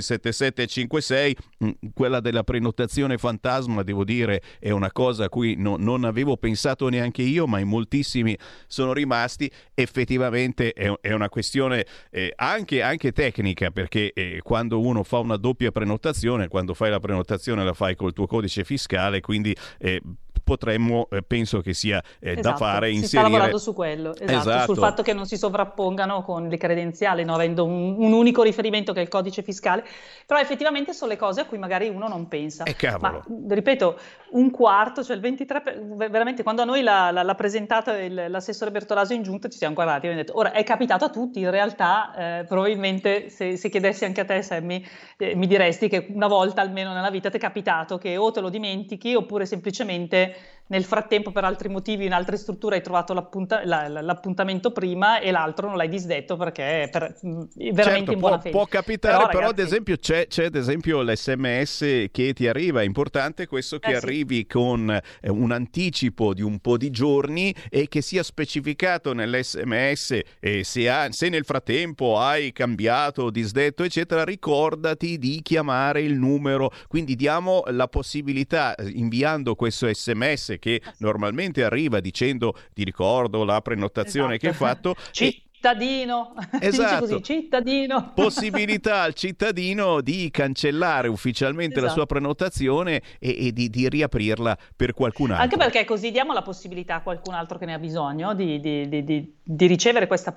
7756, quella della prenotazione fantasma, devo dire, è una cosa a cui non avevo pensato neanche io, ma in moltissimi sono rimasti. Effettivamente è una questione anche tecnica, perché quando uno fa una doppia prenotazione, quando fai la prenotazione la fai col tuo codice fiscale, quindi potremmo, penso che sia da fare, inserire... Si sta lavorando su quello, esatto, sul fatto che non si sovrappongano con le credenziali, no? Avendo un unico riferimento che è il codice fiscale, però effettivamente sono le cose a cui magari uno non pensa. Ma ripeto, un quarto, cioè il 23%, veramente quando a noi l'ha presentato l'assessore Bertolaso in giunta ci siamo guardati e abbiamo detto, ora è capitato a tutti, in realtà probabilmente se chiedessi anche a te Sammy mi diresti che una volta almeno nella vita ti è capitato che o te lo dimentichi oppure semplicemente nel frattempo per altri motivi in altre strutture hai trovato l'appuntamento prima e l'altro non l'hai disdetto perché è veramente certo, in buona fede. Può capitare, però ragazzi, ad esempio c'è ad esempio l'SMS che ti arriva, è importante questo che arrivi con un anticipo di un po' di giorni e che sia specificato nell'SMS, se nel frattempo hai cambiato, disdetto eccetera, ricordati di chiamare il numero, quindi diamo la possibilità, inviando questo SMS che normalmente arriva dicendo ti ricordo la prenotazione che hai fatto, cittadino, esatto, così, cittadino, possibilità al cittadino di cancellare ufficialmente la sua prenotazione e di riaprirla per qualcun altro. Anche perché così diamo la possibilità a qualcun altro che ne ha bisogno di ricevere questa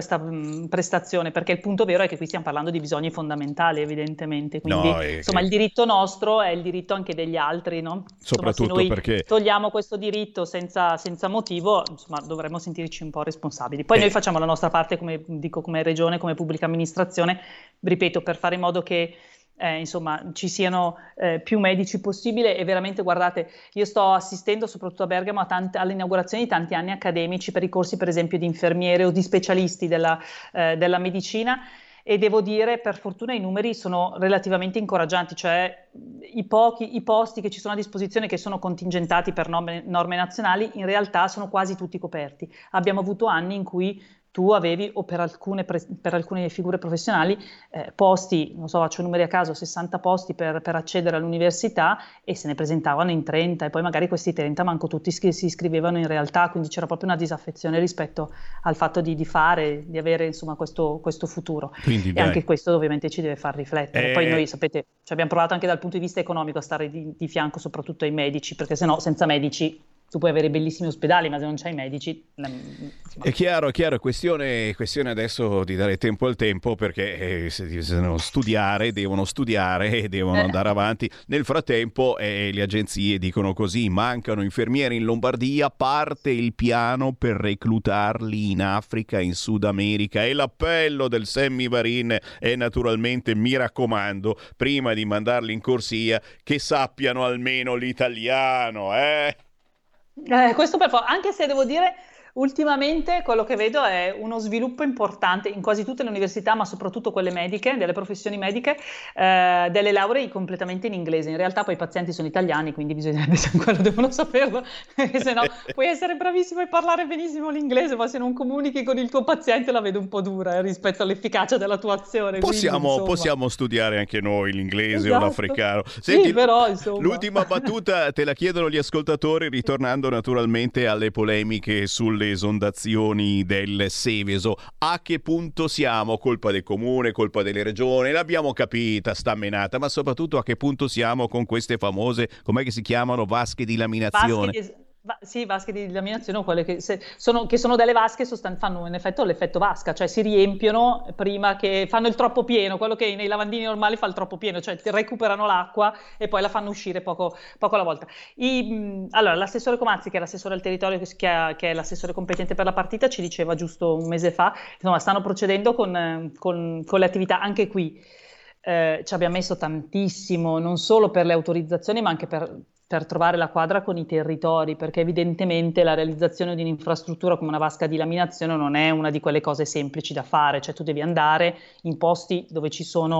prestazione, perché il punto vero è che qui stiamo parlando di bisogni fondamentali evidentemente, quindi insomma il diritto nostro è il diritto anche degli altri, no? Soprattutto insomma, se noi perché togliamo questo diritto senza motivo, insomma dovremmo sentirci un po' responsabili. Poi noi facciamo la nostra parte, come dico, come regione, come pubblica amministrazione, ripeto, per fare in modo che insomma ci siano più medici possibile. E veramente guardate, io sto assistendo soprattutto a Bergamo all'inaugurazione di tanti anni accademici per i corsi per esempio di infermiere o di specialisti della medicina, e devo dire per fortuna i numeri sono relativamente incoraggianti, cioè i posti che ci sono a disposizione, che sono contingentati per norme nazionali, in realtà sono quasi tutti coperti. Abbiamo avuto anni in cui tu avevi, o per alcune figure professionali, posti, non so, faccio numeri a caso, 60 posti per accedere all'università, e se ne presentavano in 30, e poi magari questi 30 manco tutti si iscrivevano in realtà, quindi c'era proprio una disaffezione rispetto al fatto di avere insomma questo futuro. Quindi, e anche questo ovviamente ci deve far riflettere. Poi noi, sapete, ci abbiamo provato anche dal punto di vista economico a stare di fianco soprattutto ai medici, perché sennò senza medici tu puoi avere bellissimi ospedali, ma se non c'hai medici... È chiaro, questione adesso di dare tempo al tempo, perché se devono studiare e devono andare avanti. Nel frattempo le agenzie dicono così: mancano infermieri in Lombardia, parte il piano per reclutarli in Africa, in Sud America, e l'appello del Sammy Varin è naturalmente: mi raccomando, prima di mandarli in corsia, che sappiano almeno l'italiano, Questo per favore, anche se devo dire ultimamente quello che vedo è uno sviluppo importante in quasi tutte le università, ma soprattutto quelle mediche, delle professioni mediche, delle lauree completamente in inglese. In realtà poi i pazienti sono italiani, quindi bisognerebbe, se ancora devono saperlo, se no puoi essere bravissimo e parlare benissimo l'inglese, ma se non comunichi con il tuo paziente la vedo un po' dura rispetto all'efficacia della tua azione. Possiamo studiare anche noi l'inglese o l'africano. Senti, sì, però insomma... L'ultima battuta te la chiedono gli ascoltatori, ritornando naturalmente alle polemiche sulle esondazioni del Seveso. A che punto siamo? Colpa del comune, colpa delle regioni? L'abbiamo capita sta menata, ma soprattutto a che punto siamo con queste famose, com'è che si chiamano, vasche di laminazione? Vasche di laminazione, quelle che sono delle vasche, fanno in effetti l'effetto vasca, cioè si riempiono prima che fanno il troppo pieno, quello che nei lavandini normali fa il troppo pieno, cioè recuperano l'acqua e poi la fanno uscire poco alla volta. Allora, l'assessore Comazzi, che è l'assessore al territorio, che è l'assessore competente per la partita, ci diceva giusto un mese fa, insomma, stanno procedendo con le attività anche qui. Ci abbiamo messo tantissimo, non solo per le autorizzazioni, ma anche per trovare la quadra con i territori, perché evidentemente la realizzazione di un'infrastruttura come una vasca di laminazione non è una di quelle cose semplici da fare, cioè tu devi andare in posti dove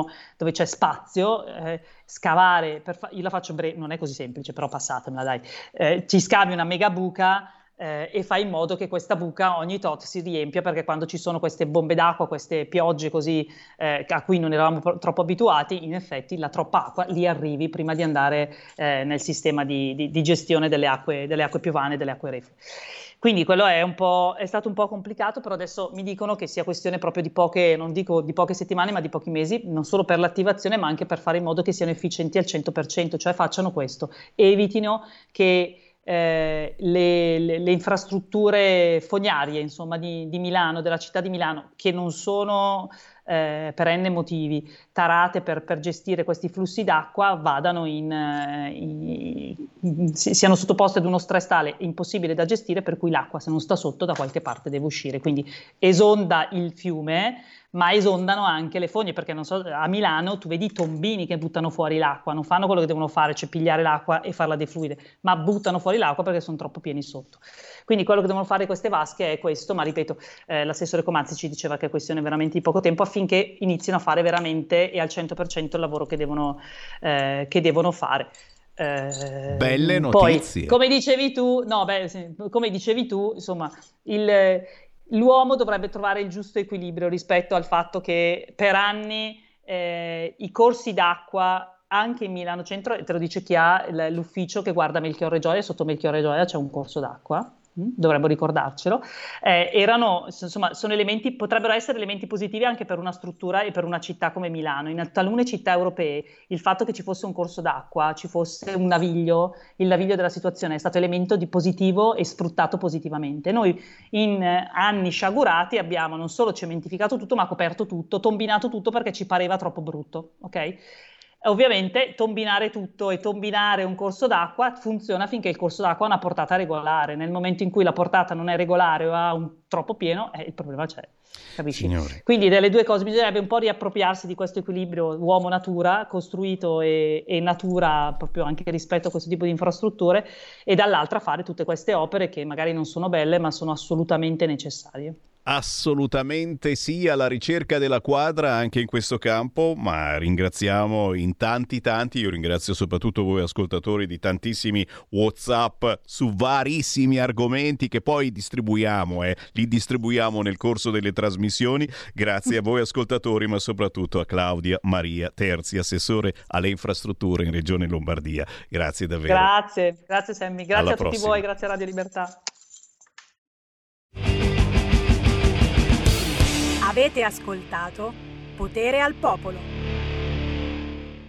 c'è spazio, scavare, io la faccio breve, non è così semplice, però passatemela dai, ci scavi una mega buca, e fai in modo che questa buca ogni tot si riempia, perché quando ci sono queste bombe d'acqua, queste piogge così a cui non eravamo troppo abituati, in effetti la troppa acqua lì arrivi prima di andare nel sistema di gestione delle acque piovane, delle acque reflue. Quindi quello è stato un po' complicato, però adesso mi dicono che sia questione proprio di poche, non dico di poche settimane, ma di pochi mesi, non solo per l'attivazione, ma anche per fare in modo che siano efficienti al 100%, cioè facciano questo, evitino che le infrastrutture fognarie, insomma, di Milano, della città di Milano, che non sono per n motivi, tarate per gestire questi flussi d'acqua, siano sottoposte ad uno stress tale impossibile da gestire, per cui l'acqua, se non sta sotto, da qualche parte deve uscire. Quindi esonda il fiume, ma esondano anche le fogne, perché non so, a Milano tu vedi i tombini che buttano fuori l'acqua, non fanno quello che devono fare, cioè pigliare l'acqua e farla defluire, ma buttano fuori l'acqua perché sono troppo pieni sotto. Quindi quello che devono fare queste vasche è questo, ma ripeto, l'assessore Comazzi ci diceva che è questione veramente di poco tempo affinché inizino a fare veramente e al 100% il lavoro che devono fare. Belle notizie. Poi, come dicevi tu, insomma, l'uomo dovrebbe trovare il giusto equilibrio rispetto al fatto che per anni i corsi d'acqua, anche in Milano Centro, te lo dice chi ha l'ufficio che guarda Melchiorre Gioia, sotto Melchiorre Gioia c'è un corso d'acqua, dovremmo ricordarcelo, sono elementi, potrebbero essere elementi positivi anche per una struttura e per una città come Milano. In talune città europee il fatto che ci fosse un corso d'acqua, ci fosse un naviglio, il naviglio della situazione è stato elemento di positivo e sfruttato positivamente. Noi in anni sciagurati abbiamo non solo cementificato tutto, ma coperto tutto, tombinato tutto perché ci pareva troppo brutto, ok? Ovviamente tombinare tutto e tombinare un corso d'acqua funziona finché il corso d'acqua ha una portata regolare. Nel momento in cui la portata non è regolare o ha un troppo pieno, il problema c'è, capisci? Signore. Quindi delle due cose bisognerebbe un po' riappropriarsi di questo equilibrio uomo-natura, costruito e natura, proprio anche rispetto a questo tipo di infrastrutture, e dall'altra fare tutte queste opere che magari non sono belle ma sono assolutamente necessarie. Assolutamente sì, alla ricerca della quadra anche in questo campo, ma ringraziamo in tanti, io ringrazio soprattutto voi ascoltatori di tantissimi WhatsApp su varissimi argomenti che poi li distribuiamo nel corso delle trasmissioni. Grazie a voi ascoltatori, ma soprattutto a Claudia Maria Terzi, assessore alle infrastrutture in Regione Lombardia. Grazie davvero. Grazie Sammy, grazie a tutti voi, grazie a Radio Libertà. Avete ascoltato Potere al Popolo.